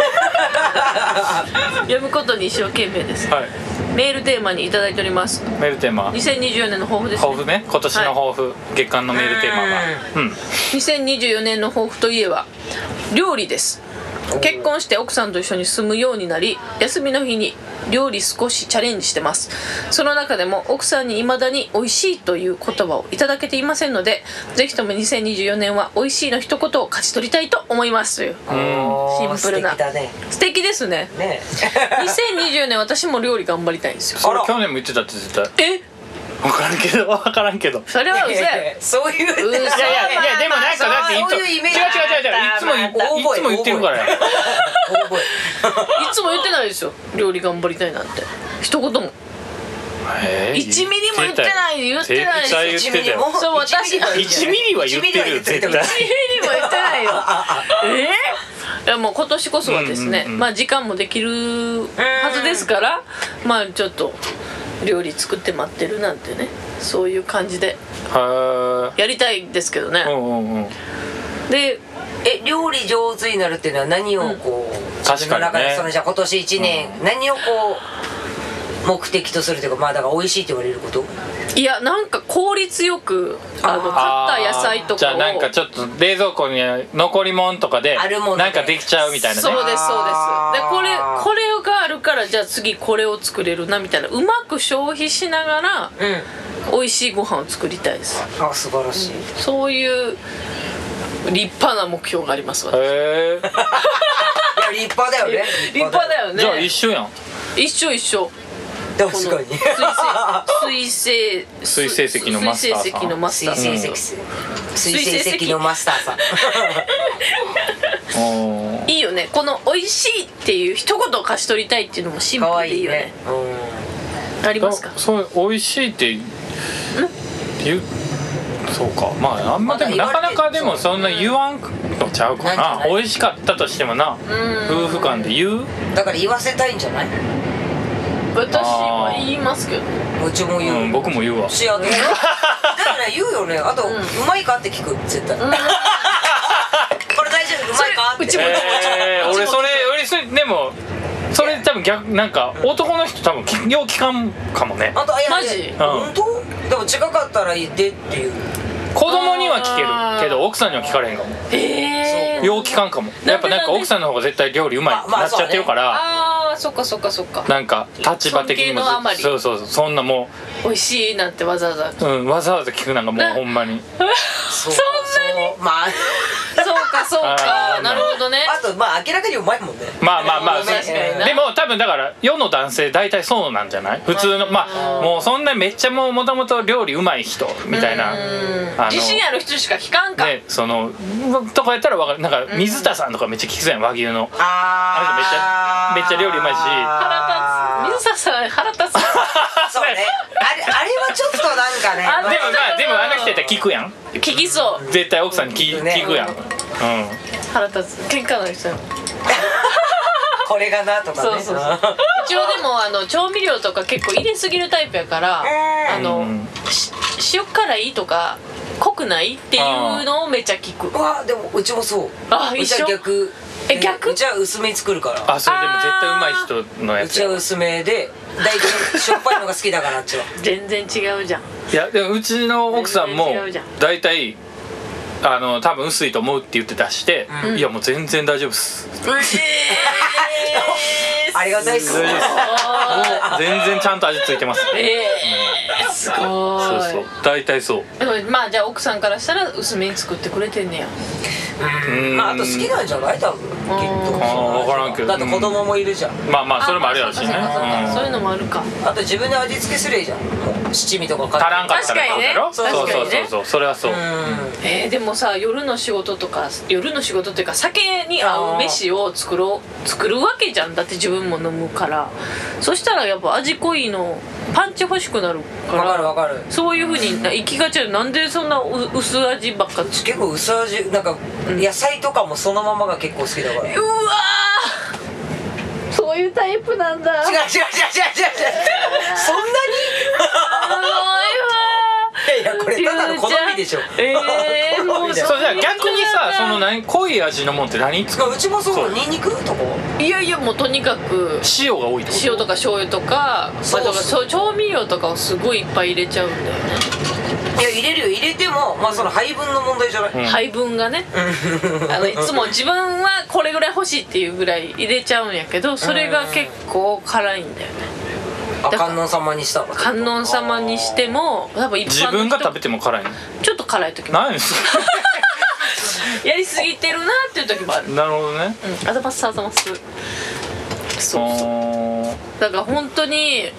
読むことに一生懸命です、はい、メールテーマにいただいております。 メールテーマにせんにじゅうよねんの抱負ですね。 抱負ね、今年の抱負、はい、月間のメールテーマは、うん、 にせんにじゅうよねんの抱負といえば料理です。結婚して奥さんと一緒に住むようになり休みの日に料理少しチャレンジしてます。その中でも奥さんに未だに美味しいという言葉をいただけていませんのでぜひともにせんにじゅうよねんは美味しいの一言を勝ち取りたいと思いますというシンプルな素敵だね。 素敵ですね。ねにせんにじゅうよねん私も料理頑張りたいんですよ。 それ去年も言ってたって絶対。え分からんけど分からんけどそれはうせえそういういやいやいやでもなんかだっていつも違う違う違う違ういつもいつも言ってるからやいつも言ってないですよ料理頑張りたいなんて一言も。 いちミリも言ってない言ってない絶対言ってたよ。 そう私いちミリは言ってるよ絶対。いちミリも言ってないよえー、いやもう今年こそはですね、うんうんうん、まあ時間もできるはずですから、まあちょっと料理作って待ってるなんてね、そういう感じでやりたいんですけどね、うんうんうん、でえ料理上手になるっていうのは何をこう、うん、自分の中でそのじゃあ今年いちねん、うん、何をこう目的とするというか、まあだから美味しいって言われること？ いやなんか効率よくあの買った野菜とかをじゃあなんかちょっと冷蔵庫に残り物とかでなんかできちゃうみたいなね。 そうですそうです。でこれこれがあるからじゃあ次これを作れるなみたいな、うまく消費しながら、うん、美味しいご飯を作りたいです。 あ素晴らしい、うん、 そういう立派な目標があります私。へえ。いや立派だよね。 立派だよね。 じゃあ一緒やん。 一緒一緒。 確かに。 水星水星石のマスターさん。 水星石のマスターさん。水星石のマスターさん。いいよね。この美味しいっていう一言を貸し取りたいっていうのもシンプルでいいよね。ありますか？ そう美味しいって言う。そうか、まああんまでもなかなかでもそんな言わんのちゃうかな。美味しかったとしてもな、夫婦間で言う。 だから言わせたいんじゃない？ 私は言いますけど。 うちも言う、 うん、僕も言うわ。 しあげるだから言うよね。あと、うん、うまいかって聞く絶対、うん、これ大丈夫うまいかって。 うちもうちも、 えー、俺それ俺それでもそれ多分逆なんか男の人多分よう聞かんかもね。 あといやマジ、 うん、本当？でも近かったら言ってっていう。 子供には聞けるけど奥さんには聞かれへんかも。 へえ。 よう聞かんかも。やっぱなんか奥さんの方が絶対料理うまいってなっちゃってるから。 ああそっかそっかそっか。 なんか立場的にもそうそうそうそんなもう美味しいなんてわざわざうんわざわざ聞くなんかもうほんまに。 そんなにまあそうかそうかなるほどね。 あとまあ明らかにうまいもんね。 まあまあまあでも多分だから世の男性大体そうなんじゃない？普通のまあもうそんなめっちゃもうもともと料理うまい人みたいな自信ある人しか聞かんか。 ねそのとかやったらわかる。なんか水田さんとかめっちゃ聞くじゃん和牛の。ああめっちゃめっちゃ料理うまいし。 腹立つ。水田さん腹立つ。 そうね。あれあれはちょっとなんかね。 でもまあでもあの人やったら聞くやん。 聞きそう。 絶対奥さんに聞くやん。うん。 腹立つ。喧嘩の人。 これがなとかね。 そうそうそう。一応でもあの調味料とか結構入れすぎるタイプやから、あの塩辛いとか濃くないっていうのをめっちゃ聞く。 わでもうちもそう。 あ一緒。 うちは逆。 え逆？ うちは薄め作るから。 あそれでも絶対うまい人のやつ。 うちは薄めで大体しょっぱいのが好きだからあっちは。 全然違うじゃん。 いやでもうちの奥さんも大体あの多分薄いと思うって言って出して、うん、いやもう全然大丈夫っす。えー、 ありがたいっす。 もう全然ちゃんと味付いてます。 えー、すごい。 そうそう大体そう。 でもまあじゃあ奥さんからしたら薄めに作ってくれてんねや。 うんまああと好きなんじゃない多分きっと。 あ分からんけど。 だって子供もいるじゃん。 まあまあそれもあるやろしね。 そういうのもあるか。 あと自分で味付けすればいいじゃん。七味とか足らんかったら買うだろ。そうそうそうそうそれはそう。 えーでもさ夜の仕事とか夜の仕事っていうか酒に合う飯を作ろう作るわけじゃん。だって自分も飲むから。そしたらやっぱ味濃いのパンチ欲しくなるから。 わかるわかる。 そういう風に行きがちはなんでそんな薄味ばっか。 結構薄味なんか野菜とかもそのままが結構好きだから。 うわーそういうタイプなんだ。 違う違う違う違う違うそんなにいやいやこれただの好みでしょ。 ええー、もうそうじゃあ逆にさその何濃い味のもんって何使う？ うちもそうニンニクとか。 いやいやもうとにかく塩が多いってこと？ 塩とか醤油とかそうとかそう調味料とかをすごいいっぱい入れちゃうんだよね。 いや入れるよ入れてもまあその配分の問題じゃない、うん、 配分がねあのいつも自分はこれぐらい欲しいっていうぐらい入れちゃうんやけどそれが結構辛いんだよね。 観音様にしたら観音様にしても多分一般の人自分が食べても辛いの？ ちょっと辛い時も何ですかやりすぎてるなっていう時もある。 なるほどね。 うんあざますあざます。そうそうだから本当に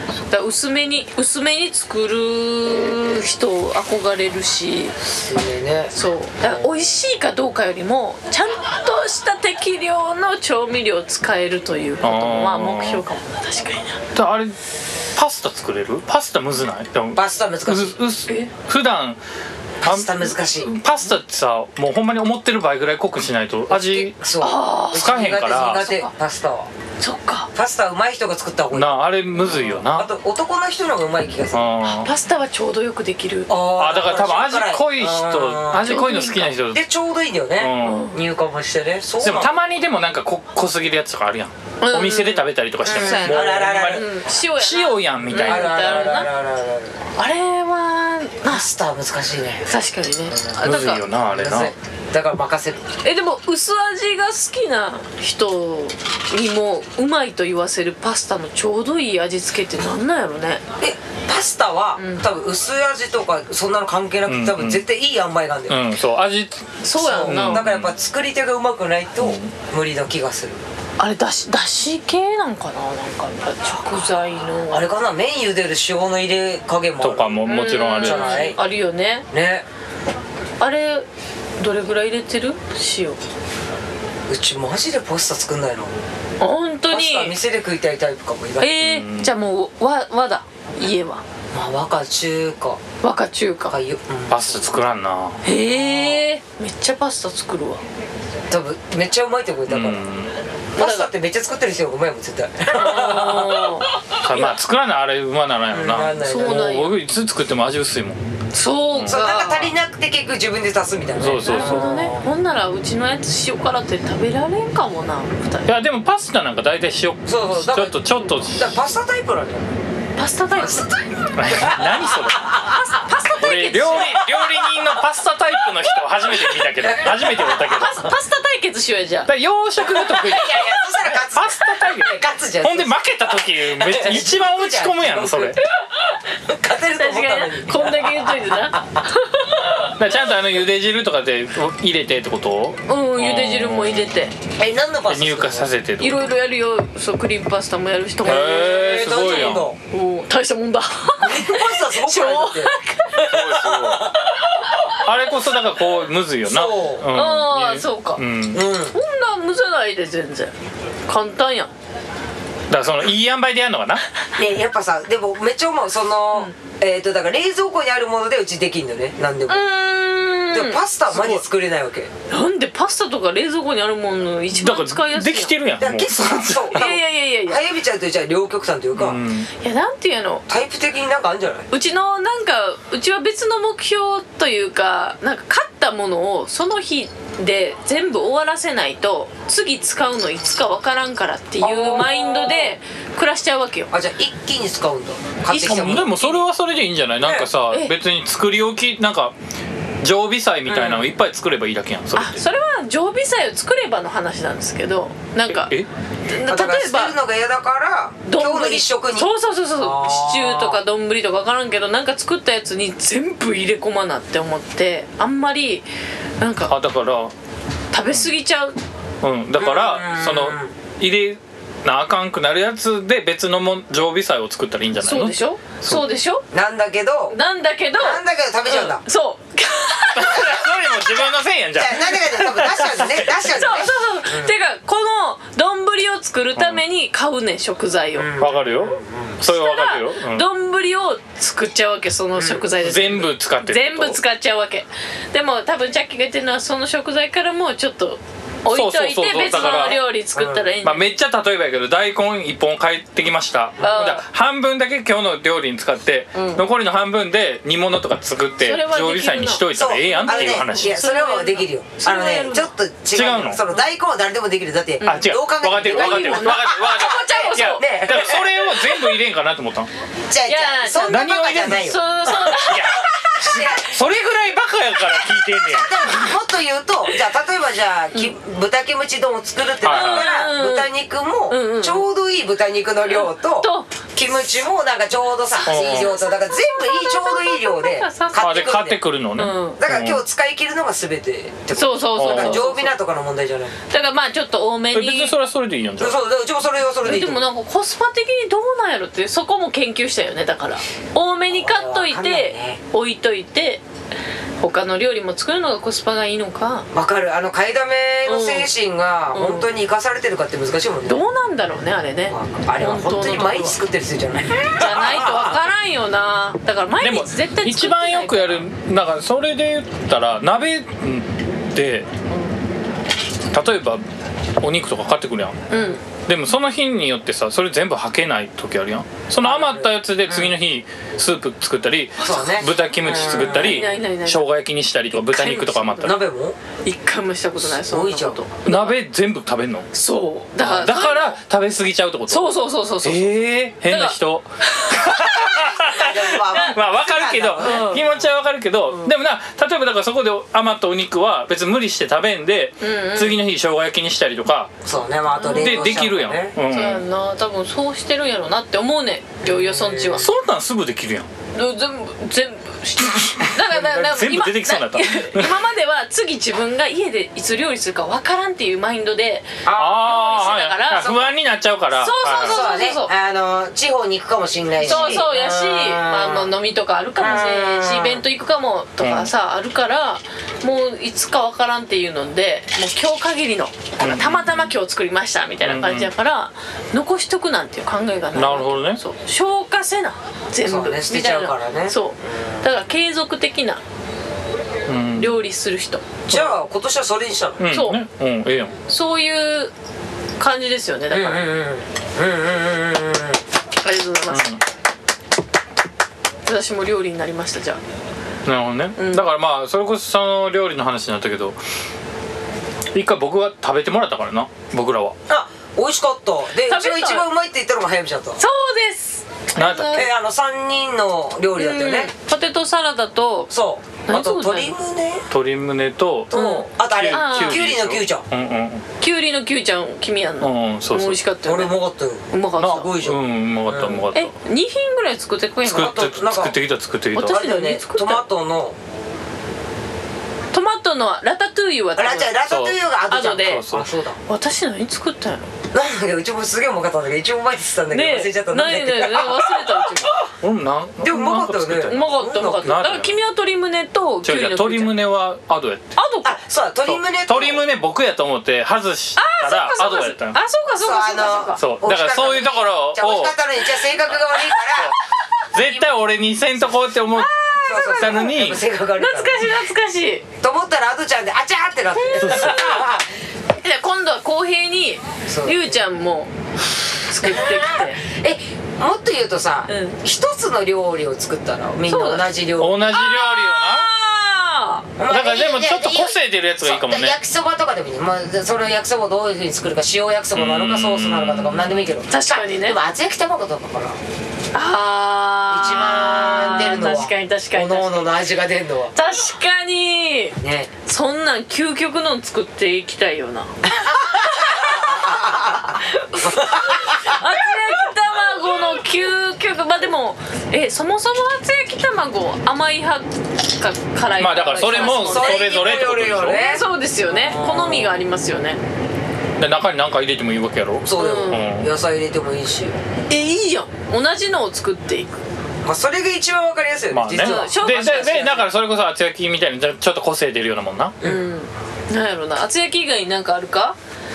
だから薄めに薄めに作る人憧れるし、 ね、 そうだから美味しいかどうかよりもちゃんとした適量の調味料を使えるということもまあ目標かもな。確かにな。 だあれパスタ作れる？パスタむずない？でもパスタ難しい。 うう普段パスタ難しい。 パスタってさ、もうほんまに思ってる倍ぐらい濃くしないと味つかへんから。 苦手パスタは。 そっか。 パスタうまい人が作った方がいい。 なあれむずいよな。 あと男の人の方がうまい気がする。 パスタはちょうどよくできる。 ああだから多分味濃い人、味濃いの好きな人でちょうどいいんだよね。乳化もしてね。 でもたまにでもなんか濃濃すぎるやつとかあるやん。お店で食べたりとかしてももう塩やんみたいな。 あれはパスタ難しいね。 確かにね。 むずいよなあれな。 だから任せる。 えでも薄味が好きな人にもうまいと言わせるパスタのちょうどいい味付けってなんなんやろね。 えパスタは、うん、多分薄味とかそんなの関係なくて、うん、多分絶対いい塩梅があるんだよ。 うん、そう味そうやんな。 だからやっぱ作り手がうまくないと無理な気がする。 あれだしだし系なんかな、なんか食材のあれかな、麺茹でる塩の入れ加減もあるとかももちろんあるじゃない。 あるよね。 ね。 あれどれぐらい入れてる塩？ うちマジでパスタ作んないの。 本当に。 パスタ店で食いたいタイプかも。意外と。 えー、じゃあもう和和だ家は。 まあ和か中華。 和か中華。 かゆ、うん、 パスタ作らんな。 へえ。めっちゃパスタ作るわ。 多分めっちゃうまいと思うだから。パスタってめっちゃ作ってる人がうまいもん絶対。 まあ作らないあれうまならんやろな。 うん、そうなんや。 僕いつ作っても味薄いもん。 そうか。 そうなんか足りなくて結局自分で足すみたいな。 そうそうそう。 なるほどね。ほんならうちのやつ塩辛って食べられんかもな。 いやでもパスタなんか大体塩。そうそう。 ちょっとちょっと。 だからパスタタイプなんだよ。 パスタタイプ。 何それ。パスタタイプ。料理料理人のパスタタイプの人初めて見たけど初めて見たけど。 パスタ対決しようやじゃあ。 洋食が得意。いやいやそしたら勝つ。 パスタ対決。 勝つじゃん。 ほんで負けた時めっちゃ一番落ち込むやんそれ。 勝てると思ったのに。 こんだけ言うといてな。 ちゃんとあの茹で汁とかで入れてってこと？ うん、茹で汁も入れて。 え、何のパスタ？ 乳化させて。 いろいろやるよ。そうクリームパスタもやる人もいる。 へえ、すごいやん。 お大したもんだ。 クリームパスタすごくないだって。 あれこそだからこうむずいよな。 そう。 ああ、そうか。うん。そんなむずないで全然。簡単やん。 だからそのいい塩梅でやるのかな。 ね、やっぱさ、でもめっちゃ思うその、えっとだから冷蔵庫にあるものでうちできんのね、なんでも。でもパスタはマジ作れないわけ。なんでパスタとか冷蔵庫にあるもの一番使いやすいやん。 できてるやん。 結構そう。 いやいやいやいやいや。 はやびちゃんとじゃあ両極端というか。 いやなんていうの。 タイプ的になんかあるんじゃない？ うちのなんかうちは別の目標というかなんか買ったものをその日で全部終わらせないと次使うのいつかわからんからっていうマインドで暮らしちゃうわけよ。 あ、じゃあ一気に使うんだ。買ってきたもの。 でもそれはそれでいいんじゃない？なんかさ別に作り置きなんか。常備菜みたいなのをいっぱい作ればいいだけやん。それあ、それは常備菜を作ればの話なんですけど、なんかえ例えば捨てるのが嫌だから今日の一食にそうそうそうそうシチューとか丼とか分からんけどなんか作ったやつに全部入れ込まなって思ってあんまりなんかあだから食べ過ぎちゃう。 うん、だからその入れなあかんくなるやつで別のも常備菜を作ったらいいんじゃないの？ そうでしょ？そうでしょ？ なんだけどなんだけどなんだけど食べちゃうんだ。 そう。 それも自分のせいやんじゃん。 なんだけど多分出しちゃうんだね。出しちゃうんだね。 そうそうそう。てかこの丼を作るために買うねん食材を。 わかるよ。それはわかるよ。 丼を作っちゃうわけその食材で。 全部使ってる。 全部使っちゃうわけ。でも多分チャッキーが言ってるのはその食材からもちょっと。置いといて別の料理作ったらいいんじゃない？ まあめっちゃ例えばやけど大根一本買ってきました。半分だけ今日の料理に使って残りの半分で煮物とか作って常備菜にしといたらええやんっていう話。 いやそれはできるよ。あのねちょっと違うの。その大根は誰でもできる。だってあ違う。分かってる分かってる分かってる分かってる。いやだからそれを全部入れんかなと思ったの。 じゃあそんなバカじゃないよ。 そうそう。 それぐらいバカやから聞いてんねや。 もっと言うとじゃあ例えばじゃあ、うん、豚キムチ丼を作るってなったら、うん、豚肉もちょうどいい豚肉の量と、 うん、 キムチもなんかちょうどさいい量とだから全部いいちょうどいい量であで買ってくるのね、 うん、 だから今日使い切るのが全てってこと。 そうそうそう、 だから常備なとかの問題じゃない。 だからまあちょっと多めに。 別にそれはそれでいいやんじゃん。 そうだうちもそれはそれでいいと思う。 でもなんかコスパ的にどうなんやろってそこも研究したよね。だから多めに買っといて、ね、置いといて他の料理も作るのがコスパがいいのか。 わかる。あの買いだめの精神が本当に生かされてるかって難しいもんね。 どうなんだろうねあれね。 あれは本当に毎日作ってる人じゃないじゃないとわからんよな。だから毎日絶対作ってない。 一番よくやるなんかそれで言ったら鍋で例えばお肉とか買ってくるやん、うん、でもその日によってさそれ全部はけない時あるやん。その余ったやつで次の日スープ作ったり、うん、豚キムチ作ったり、うん、生姜焼きにしたりとか豚肉とか余ったり。 鍋も一回もしたことない。そんなこと鍋全部食べんの。 そうだからだから食べ過ぎちゃうってこと。 そうそうそうそうそう。 えー、変な人まあ分かるけど、うん、気持ちは分かるけど、うん、でもな例えばだからそこで余ったお肉は別に無理して食べんで、うんうん、次の日生姜焼きにしたりとかそうね、まあ、あと冷凍しちゃう、ね、 でできるやん、うん、 そうやんな。多分そうしてるんやろなって思うねんよそんちは。 そんなんすぐできるやん。 全部全部だからだから全部出てきそうになった今までは次自分が家でいつ料理するか分からんっていうマインドで料理してたから、 はい、不安になっちゃうから。 そうそうそうそうそう、 あの地方に行くかもしんないし、 そうそうやし、まあ、飲みとかあるかもしれんしイベント行くかもとかさあるからもういつか分からんっていうのでもう今日限りのたまたま今日作りましたみたいな感じやから残しとくなんていう考えがない。 なるほどね。 そう消化せな全部、 ね、捨てちゃうからね。 そうだから継続的な料理する人、うん、 じゃあ今年はそれにしたの、 うん、そう、ね、うん、ええやん。 そういう感じですよね。だからありがとうございます、うん、私も料理になりました。じゃあなるほどね、うん、だからまあそれこそその料理の話になったけど一回僕は食べてもらったからな。僕らはあ美味しかったでうちが一番うまいって言ったのが早見ちゃった。 そうです。 何だっけ。 えあのさんにんの料理だったよね。 ポテトサラダとそうあと鶏胸鶏胸ととあとあれきゅうりのきゅうちゃん。 うんうんきゅうりのきゅうちゃん君やんの。 うんそうそう美味しかったよね。 俺うまかったよ。 うまかった。 すごいじゃん。 うんうまかったうまかった。 えに品ぐらい作ってくれんの。 作って作ってきた作ってきた。 私らねトマトのトマトのラタトゥーユはラタトゥーユが後じゃん。 でそうそうだ。 私何作ったんやろ。 なんだけどうちもすげえうまかったんだけど一応うまいって言ってたんだけど忘れちゃったんだけど。 ねえねえ忘れたうちも。 俺なんでもうまかったよね。 うまかったうまかった。だから君は鶏胸ときゅうりの鶏胸はアドやって。 アドか。 あそうだ鶏胸。 鶏胸僕やと思って外したらアドやったの。 あそうかそうかそうか。そうだからそういうところを。 じゃあ美味しかったのにじゃあ性格が悪いから絶対俺にせんとこって思ったのに。 懐かしい懐かしい。 と思ったらアドちゃんであちゃーってなって。 じゃあ今度は公平にゆうちゃんも作ってきて。 えもっと言うとさ一つの料理を作ったのみんな同じ料理。 同じ料理をな。だからでもちょっと個性出るやつがいいかもね。 焼きそばとかでもいい。まあそれを焼きそばをどういう風に作るか塩焼きそばなのかソースなのかとかも何でもいいけど。 確かにね。 でも厚焼き卵とかから。 ああ一番出るのは確かに確かにおのおのの味が出るのは確かにね。 そんなん究極の作っていきたいよな。厚焼き卵の究極まあでもえそもそも厚焼き卵甘い派か辛い派。 まあだからそれもそれぞれってことでしょ。 そうですよね。好みがありますよね。 で中に何か入れてもいいわけやろ。 そうだよ、 うん、 野菜入れてもいいし。 えいいやん同じのを作っていく。 まあそれが一番わかりやすいよね、まあね、実はでででだからそれこそ厚焼きみたいなちょっと個性出るようなもんな。 うん、なんやろな厚焼き以外に何かあるか。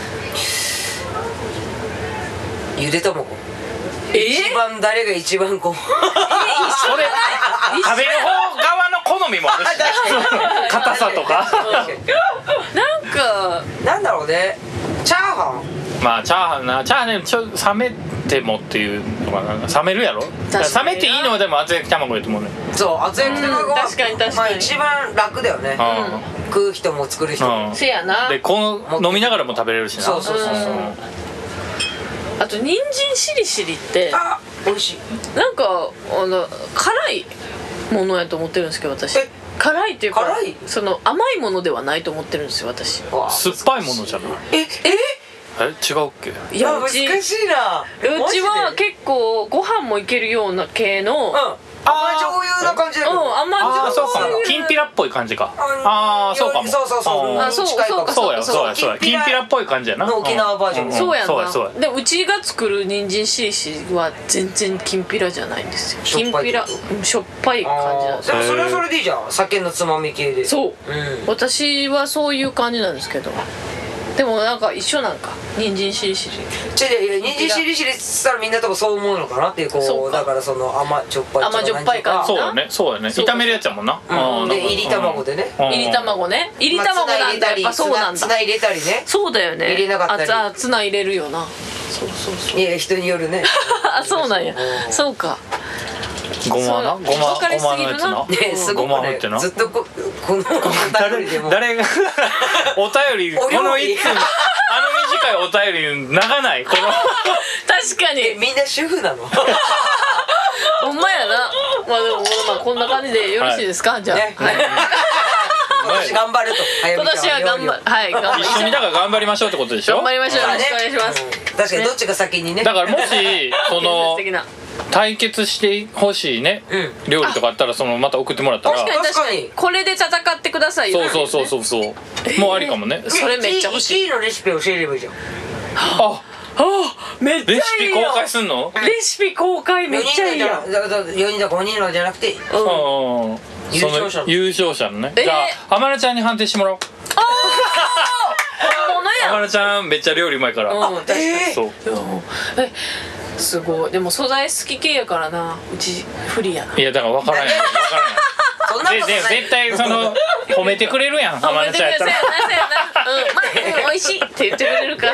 ゆで卵。一番誰が一番こう、えー、 それ食べる方側の好みもあるし硬さとかなんかなんだろうね。チャーハンまあチャーハンなチャーハンでもちょ冷めてもっていうのかな。冷めるやろ。冷めていいのはでも厚焼き卵やと思うね。 そう厚焼き卵は、 うん、確かに確かに、 まあ、一番楽だよね、うん、食う人も作る人も、 うん、せやな。 でこの飲みながらも食べれるしな。 そうそうそうそう、うん、 あと人参しりしりってあ美味しい。 なんかあの辛いものやと思ってるんですけど私。辛いっていうかその甘いものではないと思ってるんですよ私。 酸っぱいものじゃない。 えええ違うっけ？ いやうち難しいな。 うちは結構ご飯もいけるような系の、 うん甘醤油な感じだけど、 うん甘醤油あそうかもきんぴらっぽい感じか。ああそうかも。 そうそうそうあそう近いかも。 そうやそうやそうやきんぴらっぽい感じやな。 沖縄バージョン。 そうやんな。 そうやでうちが作る人参しりしは全然きんぴらじゃないんですよ。きんぴらしょっぱい感じなんですよ。 でもそれはそれでいいじゃん。酒のつまみ系で。 そう、私はそういう感じなんですけど、でもなんか一緒なんか人参しりしり。 ちょいや人参しりしりっつったらみんなともそう思うのかなっていうこうだからその甘じょっぱい甘じょっぱい感じ。 そうだねそうだね炒めるやつやもんな。 で入り卵でね。 入り卵ね入り卵なんだやっぱそうなんだ。 ツナ入れたりね。 そうだよね。 入れなかったり。 あツナ入れるよな。そうそうそう。 いや人によるね。 あそうなんや。そうか。 ごまなごまごまのやつな。 ねすごくねずっとここの誰誰がお便りこの一通あの短いお便り長ないこの確かにみんな主婦なの。 ほんまやな。まあでもまあこんな感じでよろしいですかじゃあ。 今年頑張ると。 今年は頑張るはい頑張る。 一緒にだから頑張りましょうってことでしょ。 頑張りましょうよろしくお願いします。 確かにどっちが先にね。 だからもしその対決してほしいね料理とかあったらそのまた送ってもらったら確かに確かにこれで戦ってくださいよ。 そうそうそうそうそうもうありかもね。 それめっちゃ欲しい。 いちいのレシピ教えればいいじゃん。 ああめっちゃいいよ。 レシピ公開すんの？ レシピ公開めっちゃいいよ。 よにんだごにんのじゃなくてうん優勝者優勝者のね。じゃあ浜田ちゃんに判定してもらおう。 ああ本物や。 浜田ちゃんめっちゃ料理うまいから。 うん確かにそうえすごい。でも素材好き系やからなうち不利やな。 いやだから分からんやん分からんやん。 そんなことない。 絶対その褒めてくれるやん浜田ちゃんやったら。 うんまあ美味しいって言ってくれるか。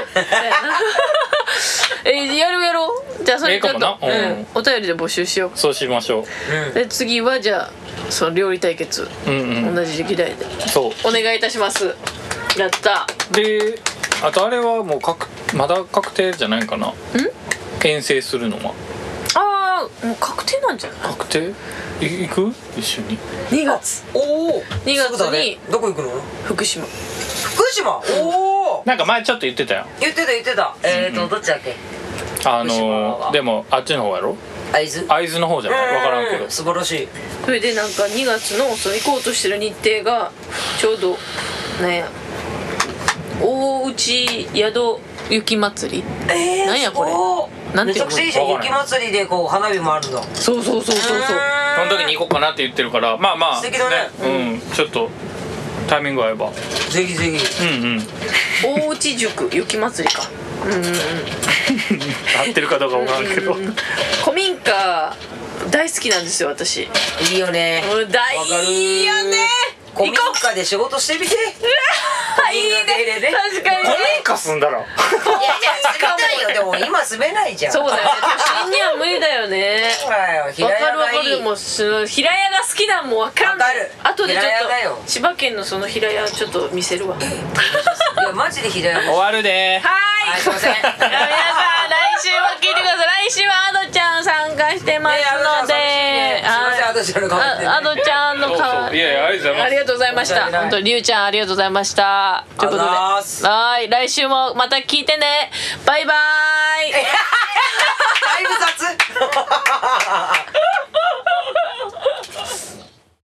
えやるやろう。じゃあそれちょっとお便りで募集しよう。 そうしましょう。で次はじゃあその料理対決同じ歴代でそうお願いいたします。やったであとあれはもう確まだ確定じゃないかな。ん遠征するのはああもう確定なんじゃない。 確定行く一緒ににがつおおにがつにどこ行くの？ 福島福島おおなんか前ちょっと言ってたよ。 言ってた言ってたえっとどっちだっけ。 あのでもあっちの方やろ。 会津会津の方じゃない分からんけど素晴らしい。 それでなんかにがつのその行こうとしてる日程がちょうどなんや大内宿雪まつりえー、 なんやこれなんてめちゃくちゃいいじゃん。雪まつりでこう花火もあるんだ。 そうそうそうそうそうその時に行こうかなって言ってるからまあまあ素敵だね。 うんちょっとタイミング合えばぜひぜひ。 うんうん大内宿雪まつりかうんうんうん合ってるかどうか分からんけど古民家大好きなんですよ私。 いいよね。 もう大いいよね。 古民家で仕事してみて。 いいね確かにね。 古民家住んだらいやいや住みたいよ。でも今住めないじゃん。 そうだよね都心には無理だよね。わかるわかる。でも平屋が好きなんもわかんない。あとでちょっと千葉県のその平屋ちょっと見せるわ。いやマジで平屋終わるではーい。すいません。皆さん来週は聞いてください。来週はアドちゃん参加してますので、 アドちゃんの顔アドちゃんの顔。 いやいやありがとうございます。 ありがとうございました。本当にりゅうちゃんありがとうございました。ということで、はい来週もまた聞いてね。バイバーイ。